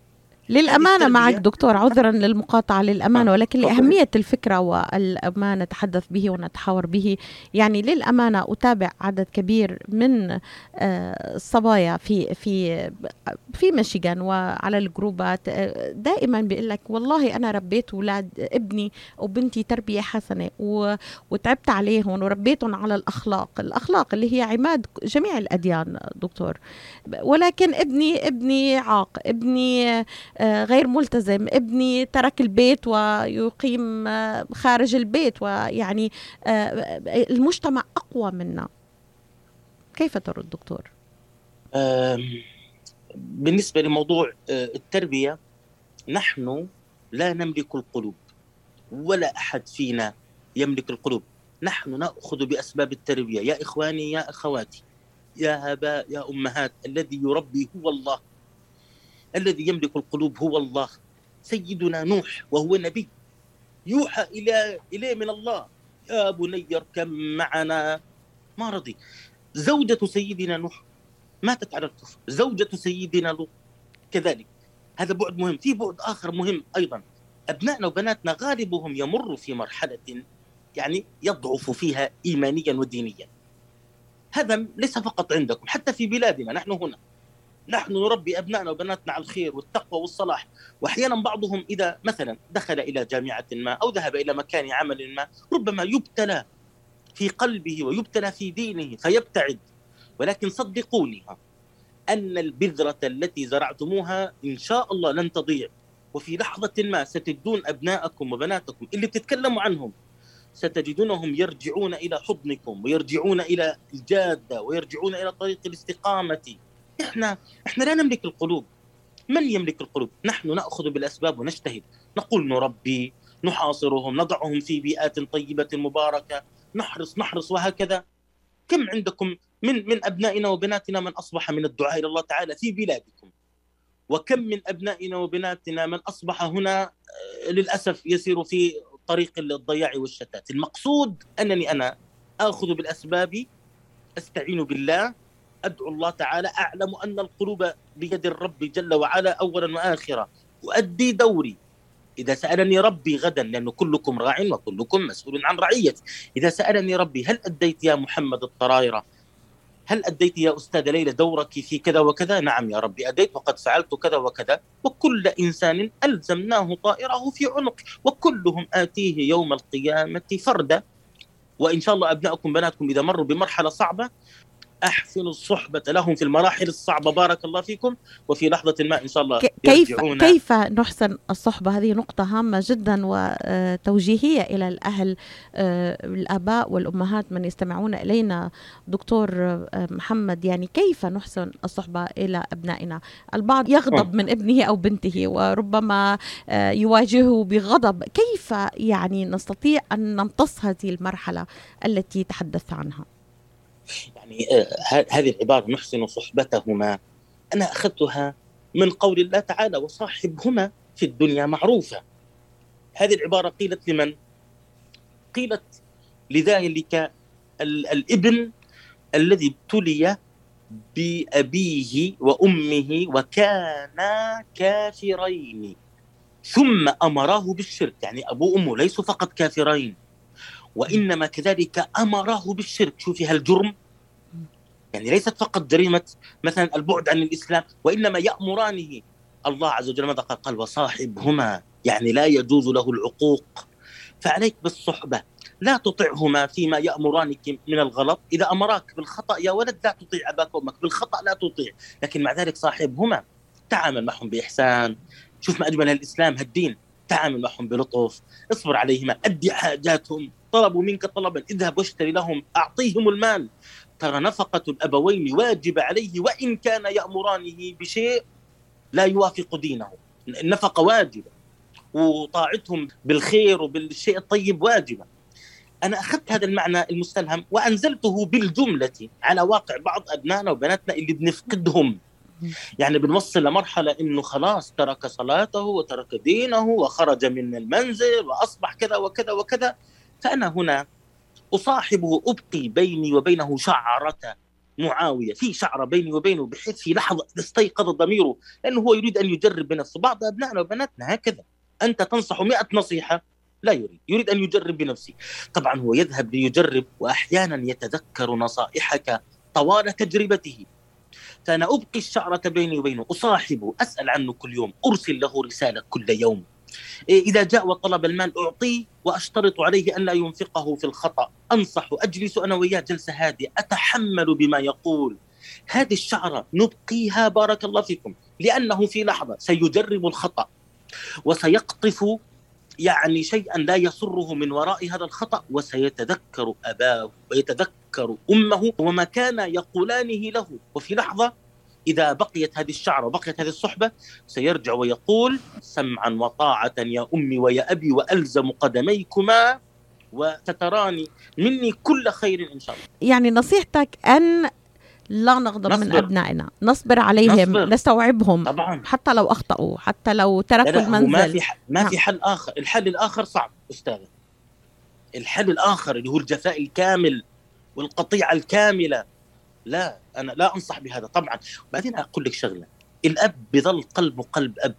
للأمانة معك دكتور، عذرا للمقاطعة، للأمانة، ولكن لأهمية الفكرة والما نتحدث به ونتحاور به. يعني للأمانة أتابع عدد كبير من الصبايا في في في ميشيغان وعلى الجروبات، دائما بيقول لك والله أنا ربيت أولاد ابني وبنتي تربية حسنة وتعبت عليهم وربيتهم على الأخلاق، الأخلاق اللي هي عماد جميع الأديان دكتور، ولكن ابني ابني عاق، ابني غير ملتزم، ابني ترك البيت ويقيم خارج البيت، ويعني المجتمع أقوى منا. كيف ترى الدكتور؟ بالنسبة لموضوع التربية، نحن لا نملك القلوب ولا أحد فينا يملك القلوب. نحن نأخذ بأسباب التربية. يا إخواني يا أخواتي يا آباء يا أمهات، الذي يربي هو الله، الذي يملك القلوب هو الله. سيدنا نوح وهو نبي يوحى إلى إليه من الله، يا بني اركب معنا، ما رضي. زوجة سيدنا نوح ماتت على الكفر، زوجة سيدنا لوط كذلك. هذا بعد مهم. في بعد آخر مهم أيضا، أبنائنا وبناتنا غالبهم يمر في مرحلة يعني يضعف فيها إيمانيا ودينيا. هذا ليس فقط عندكم، حتى في بلادنا نحن هنا نحن نربي أبنائنا وبناتنا على الخير والتقوى والصلاح. وأحيانا بعضهم إذا مثلا دخل إلى جامعة ما أو ذهب إلى مكان عمل ما ربما يبتلى في قلبه ويبتلى في دينه فيبتعد. ولكن صدقوني أن البذرة التي زرعتموها إن شاء الله لن تضيع، وفي لحظة ما ستجدون أبناءكم وبناتكم اللي بتتكلموا عنهم ستجدونهم يرجعون إلى حضنكم ويرجعون إلى الجادة ويرجعون إلى طريق الاستقامة. إحنا إحنا لا نملك القلوب. من يملك القلوب؟ نحن نأخذ بالأسباب ونجتهد، نقول نربي، نحاصرهم، نضعهم في بيئات طيبة مباركة، نحرص نحرص وهكذا. كم عندكم من من أبنائنا وبناتنا من أصبح من الدعاء إلى الله تعالى في بلادكم، وكم من أبنائنا وبناتنا من أصبح هنا للأسف يسير في طريق الضياع والشتات. المقصود أنني أنا آخذ بالأسباب، أستعين بالله، أدعو الله تعالى، أعلم أن القلوب بيد الرب جل وعلا أولا وآخرا، وأدي دوري. إذا سألني ربي غدا، لأن كلكم راع وكلكم مسؤول عن رعيته، إذا سألني ربي هل أديت يا محمد الطرايرة، هل أديت يا أستاذ ليلى دورك في كذا وكذا؟ نعم يا ربي أديت وقد فعلت كذا وكذا. وكل إنسان ألزمناه طائره في عنق، وكلهم آتيه يوم القيامة فردا. وإن شاء الله أبنائكم بناتكم إذا مروا بمرحلة صعبة أحسنوا الصحبة لهم في المراحل الصعبة، بارك الله فيكم، وفي لحظة ما إن شاء الله كيف يرجعون. كيف نحسن الصحبة؟ هذه نقطة هامة جدا وتوجيهية إلى الأهل، الآباء والأمهات من يستمعون إلينا. دكتور محمد، يعني كيف نحسن الصحبة إلى أبنائنا؟ البعض يغضب من ابنه أو بنته وربما يواجهه بغضب، كيف يعني نستطيع أن نمتص هذه المرحلة التي تحدث عنها؟ يعني آه هذه العبارة نحسن صحبتهما أنا أخذتها من قول الله تعالى وصاحبهما في الدنيا معروفة. هذه العبارة قيلت لمن؟ قيلت لذلك الابن الذي ابتلي بأبيه وأمه وكانا كافرين ثم أمراه بالشرك. يعني أبوه وأمه ليسوا فقط كافرين وإنما كذلك أمره بالشرك. شوفي هالجرم، يعني ليست فقط جريمة مثلا البعد عن الإسلام، وإنما يأمرانه. الله عز وجل ماذا قال؟ قال وصاحبهما، يعني لا يجوز له العقوق. فعليك بالصحبة، لا تطعهما فيما يأمرانك من الغلط. إذا أمراك بالخطأ يا ولد لا تطيع أباك وأمك، بالخطأ لا تطيع، لكن مع ذلك صاحبهما، تعامل معهم بإحسان. شوف ما أجمل الإسلام هالدين، تعامل معهم بلطف، اصبر عليهما، أدي حاجاتهم، طلبوا منك طلبا اذهب واشتري لهم، أعطيهم المال. ترى نفقة الأبوين واجب عليه وإن كان يأمرانه بشيء لا يوافق دينه. النفقة واجبة، وطاعتهم بالخير وبالشيء الطيب واجبة. أنا أخذت هذا المعنى المستلهم وأنزلته بالجملة على واقع بعض أبنائنا وبناتنا اللي بنفقدهم. يعني بنوصل لمرحلة إنه خلاص ترك صلاته وترك دينه وخرج من المنزل وأصبح كذا وكذا وكذا. فأنا هنا أصاحبه، أبقي بيني وبينه شعرة معاوية، في شعرة بيني وبينه، بحيث في لحظة استيقظ ضميره، لأنه هو يريد أن يجرب بنفسه. بعض أبنائنا وبناتنا هكذا، أنت تنصح مئة نصيحة لا يريد، يريد أن يجرب بنفسه. طبعا هو يذهب ليجرب وأحيانا يتذكر نصائحك طوال تجربته. فأنا أبقي الشعرة بيني وبينه، أصاحبه، أسأل عنه كل يوم، أرسل له رسالة كل يوم. إذا جاء وطلب المال أعطيه وأشترط عليه أن لا ينفقه في الخطأ. أنصح، أجلس أنا وياه جلسة هادئة، أتحمل بما يقول. هذه الشعرة نبقيها بارك الله فيكم، لأنه في لحظة سيجرب الخطأ وسيقطف يعني شيئا لا يسره من وراء هذا الخطأ، وسيتذكر أباه ويتذكر أمه وما كان يقولانه له، وفي لحظة إذا بقيت هذه الشعرة وبقيت هذه الصحبة سيرجع ويقول سمعا وطاعة يا أمي ويا أبي وألزم قدميكما وستراني مني كل خير إن شاء الله. يعني نصيحتك أن لا نغضب من أبنائنا، نصبر عليهم، نصبر. نستوعبهم طبعا. حتى لو أخطأوا، حتى لو تركوا المنزل. ما في ح... ما في حل آخر. الحل الآخر صعب أستاذ. الحل الآخر اللي هو الجفاء الكامل والقطيعة الكاملة، لا أنا لا أنصح بهذا طبعا. بعدين أقول لك شغلة، الأب بظل قلبه قلب أب،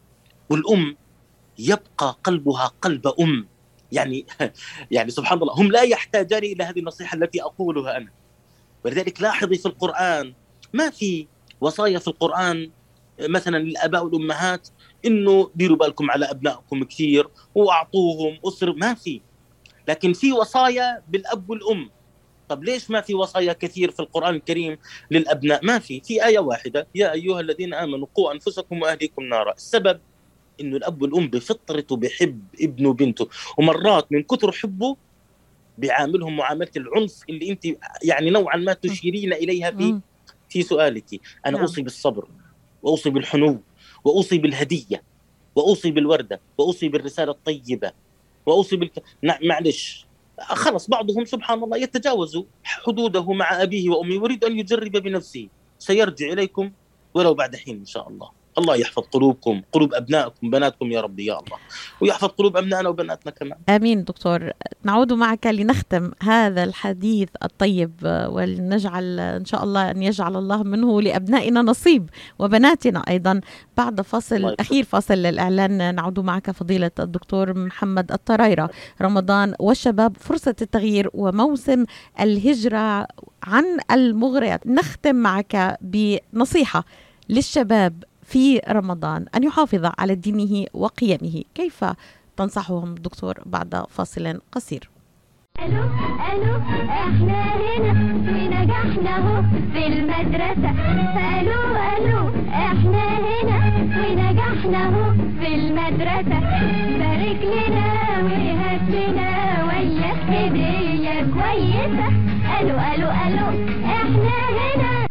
والأم يبقى قلبها قلب أم. يعني يعني سبحان الله، هم لا يحتاجان إلى هذه النصيحة التي أقولها أنا. ولذلك لاحظي في القرآن ما في وصايا في القرآن مثلا للآباء والأمهات إنه ديروا بالكم على أبنائكم كثير وأعطوهم أسر، ما في. لكن في وصايا بالأب والأم. طب ليش ما في وصايا كثير في القرآن الكريم للأبناء؟ ما في في آية واحدة، يا أيها الذين آمنوا قوا أنفسكم وأهليكم نارا. السبب إنه الأب والأم بفطرته بحب ابنه وبنته، ومرات من كثر حبه بيعاملهم معاملة العنف اللي أنت يعني نوعا ما تشيرين إليها في في سؤالك. أنا أوصي بالصبر، وأوصي بالحنو، وأوصي بالهدية، وأوصي بالوردة، وأوصي بالرسالة الطيبة، وأوصي بالك... معلش خلص بعضهم سبحان الله يتجاوز حدوده مع أبيه وأمه، يريد أن يجرب بنفسه، سيرجع إليكم ولو بعد حين إن شاء الله. الله يحفظ قلوبكم، قلوب أبنائكم بناتكم يا رب يا الله، ويحفظ قلوب أبنائنا وبناتنا كمان. آمين. دكتور، نعود معك لنختم هذا الحديث الطيب، ولنجعل إن شاء الله أن يجعل الله منه لأبنائنا نصيب وبناتنا أيضا. بعد فاصل أخير، فاصل للإعلان، نعود معك فضيلة الدكتور محمد الطريرة. رمضان والشباب، فرصة التغيير وموسم الهجرة عن المغريات. نختم معك بنصيحة للشباب في رمضان أن يحافظ على دينه وقيمه، كيف تنصحهم دكتور بعد فاصل قصير؟ ألو ألو إحنا هنا ونجحنا هو في المدرسة. ألو ألو إحنا هنا ونجحنا هو في المدرسة. بارك لنا وهات لنا وياك هدية كويسة. ألو ألو ألو إحنا هنا.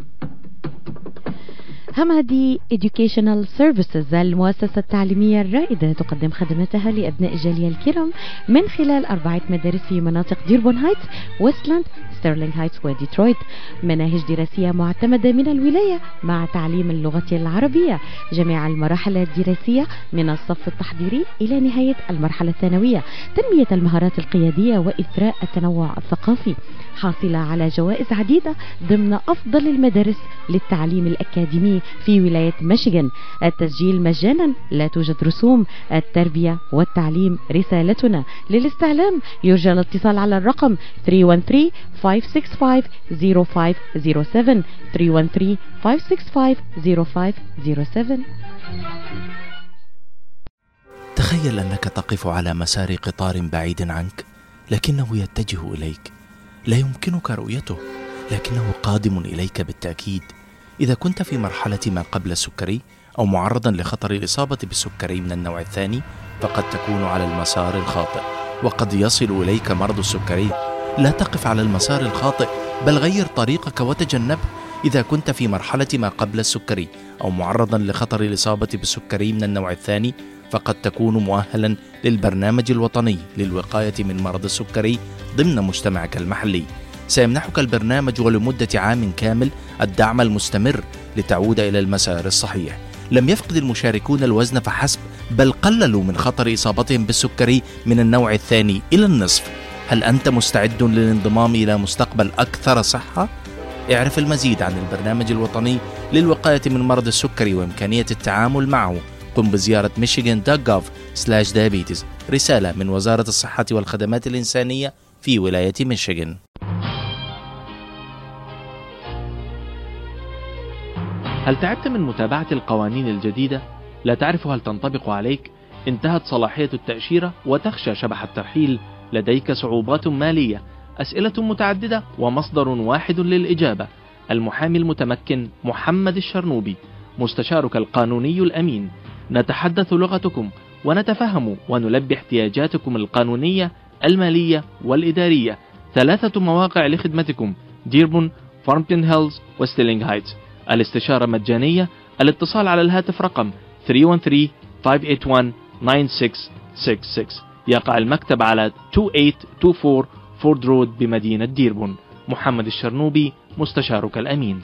همدي Educational Services، المؤسسة التعليمية الرائدة، تقدم خدماتها لأبناء الجالية الكرام من خلال أربعة مدارس في مناطق ديربون هايتس، ويستلاند، ستيرلينغ هايتس وديترويت. مناهج دراسية معتمدة من الولاية مع تعليم اللغة العربية. جميع المراحل الدراسية من الصف التحضيري إلى نهاية المرحلة الثانوية. تنمية المهارات القيادية وإثراء التنوع الثقافي. حاصلة على جوائز عديدة ضمن أفضل المدارس للتعليم الأكاديمي في ولاية ميشيغان. التسجيل مجانا، لا توجد رسوم. التربية والتعليم رسالتنا. للاستعلام يرجى الاتصال على الرقم ثلاثة واحد ثلاثة خمسة ستة خمسة صفر خمسة صفر سبعة ثلاثة واحد ثلاثة خمسة ستة خمسة صفر خمسة صفر سبعة. تخيل أنك تقف على مسار قطار بعيد عنك، لكنه يتجه إليك. لا يمكنك رؤيته، لكنه قادم إليك بالتأكيد. إذا كنت في مرحلة ما قبل السكري أو معرضا لخطر الإصابة بالسكري من النوع الثاني، فقد تكون على المسار الخاطئ، وقد يصل إليك مرض السكري. لا تقف على المسار الخاطئ، بل غير طريقك وتجنبه. إذا كنت في مرحلة ما قبل السكري أو معرضا لخطر الإصابة بالسكري من النوع الثاني، فقد تكون مؤهلا للبرنامج الوطني للوقاية من مرض السكري ضمن مجتمعك المحلي. سيمنحك البرنامج ولمدة عام كامل الدعم المستمر لتعود إلى المسار الصحيح. لم يفقد المشاركون الوزن فحسب، بل قللوا من خطر إصابتهم بالسكري من النوع الثاني إلى النصف. هل أنت مستعد للانضمام إلى مستقبل أكثر صحة؟ اعرف المزيد عن البرنامج الوطني للوقاية من مرض السكري وإمكانية التعامل معه. قم بزيارة ميشيغان دوت جوف سلاش دايابيتس. رسالة من وزارة الصحة والخدمات الإنسانية في ولاية ميشيغان. هل تعبت من متابعة القوانين الجديدة؟ لا تعرف هل تنطبق عليك؟ انتهت صلاحية التأشيرة وتخشى شبح الترحيل؟ لديك صعوبات مالية؟ أسئلة متعددة ومصدر واحد للإجابة. المحامي المتمكن محمد الشرنوبي، مستشارك القانوني الأمين. نتحدث لغتكم ونتفهم ونلبي احتياجاتكم القانونية، المالية والإدارية. ثلاثة مواقع لخدمتكم: ديربون، فارمتون هيلز وستيرلينغ هايتس. الاستشارة مجانية. الاتصال على الهاتف رقم ثلاثة واحد ثلاثة خمسة ثمانية واحد تسعة ستة ستة. يقع المكتب على اثنين ثمانية اثنين أربعة فورد رود بمدينة ديربون. محمد الشرنوبي، مستشارك الأمين.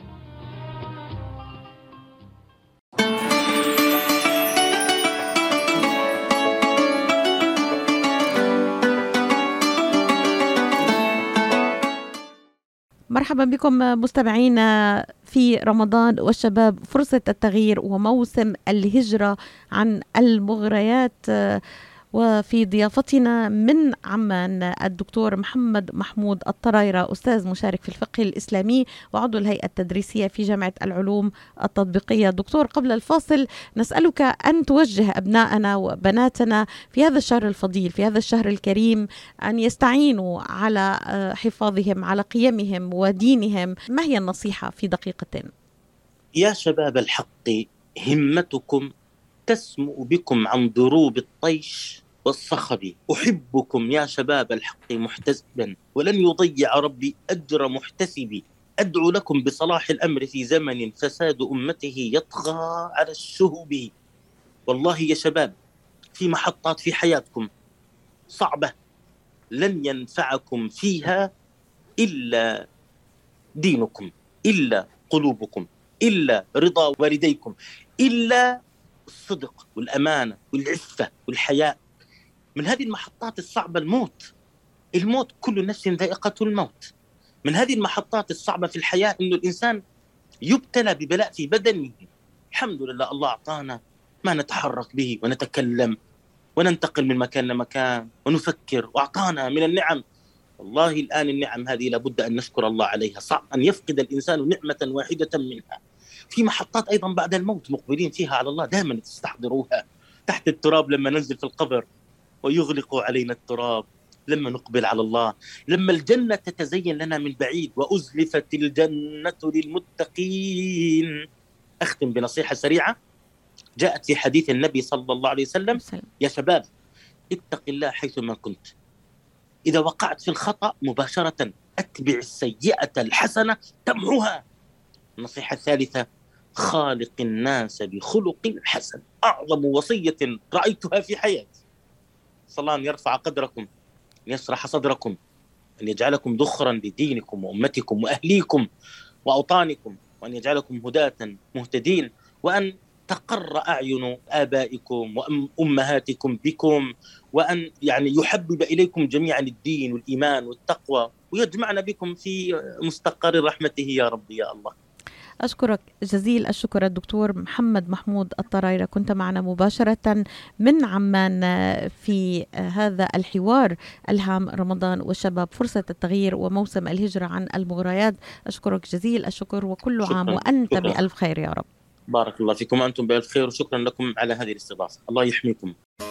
مرحبا بكم مستمعينا في رمضان والشباب، فرصة التغيير وموسم الهجرة عن المغريات. وفي ضيافتنا من عمان الدكتور محمد محمود الطرايرة، أستاذ مشارك في الفقه الإسلامي وعضو الهيئة التدريسية في جامعة العلوم التطبيقية. دكتور، قبل الفاصل نسألك أن توجه أبنائنا وبناتنا في هذا الشهر الفضيل، في هذا الشهر الكريم، أن يستعينوا على حفاظهم على قيمهم ودينهم. ما هي النصيحة في دقيقتين؟ يا شباب الحق، همتكم تسمو بكم عن ضروب الطيش والصخب. أحبكم يا شباب الحق محتسبا، ولن يضيع ربي أجر محتسبي. أدعو لكم بصلاح الأمر في زمن فساد أمته يطغى على الشهب. والله يا شباب، في محطات في حياتكم صعبة لن ينفعكم فيها إلا دينكم، إلا قلوبكم، إلا رضا والديكم، إلا الصدق والأمانة والعفة والحياء. من هذه المحطات الصعبة الموت. الموت كل نفس ذائقة الموت. من هذه المحطات الصعبة في الحياة إنه الإنسان يبتلى ببلاء في بدنه. الحمد لله الله أعطانا ما نتحرك به ونتكلم وننتقل من مكان لمكان ونفكر، وأعطانا من النعم. والله الآن النعم هذه لابد أن نشكر الله عليها. صعب أن يفقد الإنسان نعمة واحدة منها. في محطات أيضا بعد الموت مقبلين فيها على الله، دائما تستحضروها. تحت التراب لما ننزل في القبر ويغلق علينا التراب، لما نقبل على الله، لما الجنة تتزين لنا من بعيد، وأزلفت الجنة للمتقين. أختم بنصيحة سريعة جاءت في حديث النبي صلى الله عليه وسلم: يا شباب اتق الله حيثما كنت، إذا وقعت في الخطأ مباشرة أتبع السيئة الحسنة تمحوها. النصيحة الثالثة: خالق الناس بخلق حسن. أعظم وصية رأيتها في حياتي. صلى الله أن يرفع قدركم، أن يشرح صدركم، أن يجعلكم ذخرا لدينكم وأمتكم وأهليكم وأوطانكم، وأن يجعلكم هداة مهتدين، وأن تقر أعين آبائكم وأمهاتكم بكم، وأن يعني يحبب إليكم جميعا الدين والإيمان والتقوى، ويجمعنا بكم في مستقر رحمته يا رب يا الله. أشكرك جزيل الشكر الدكتور محمد محمود الطرايرة، كنت معنا مباشرة من عمان في هذا الحوار الهام رمضان والشباب، فرصة التغيير وموسم الهجرة عن المغريات. أشكرك جزيل الشكر، وكل عام وأنت شكرا. بألف خير يا رب. بارك الله فيكم، أنتم بألف خير، وشكرا لكم على هذه الاستضافة. الله يحميكم.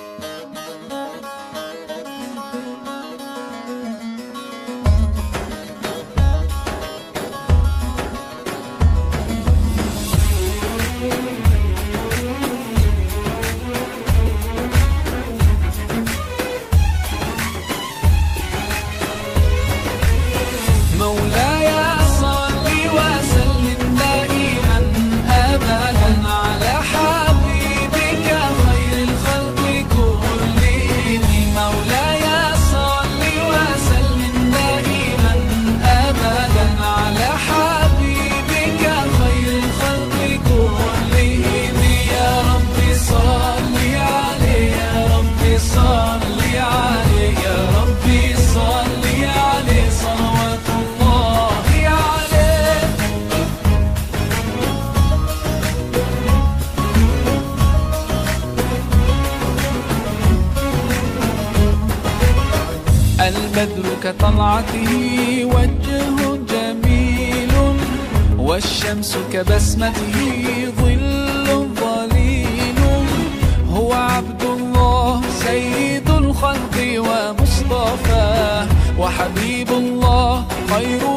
البدر كطلعته وجه جميل، والشمس كبسمته ظل ظليل. هو عبد الله سيد الخلق ومصطفاه، وحبيب الله خير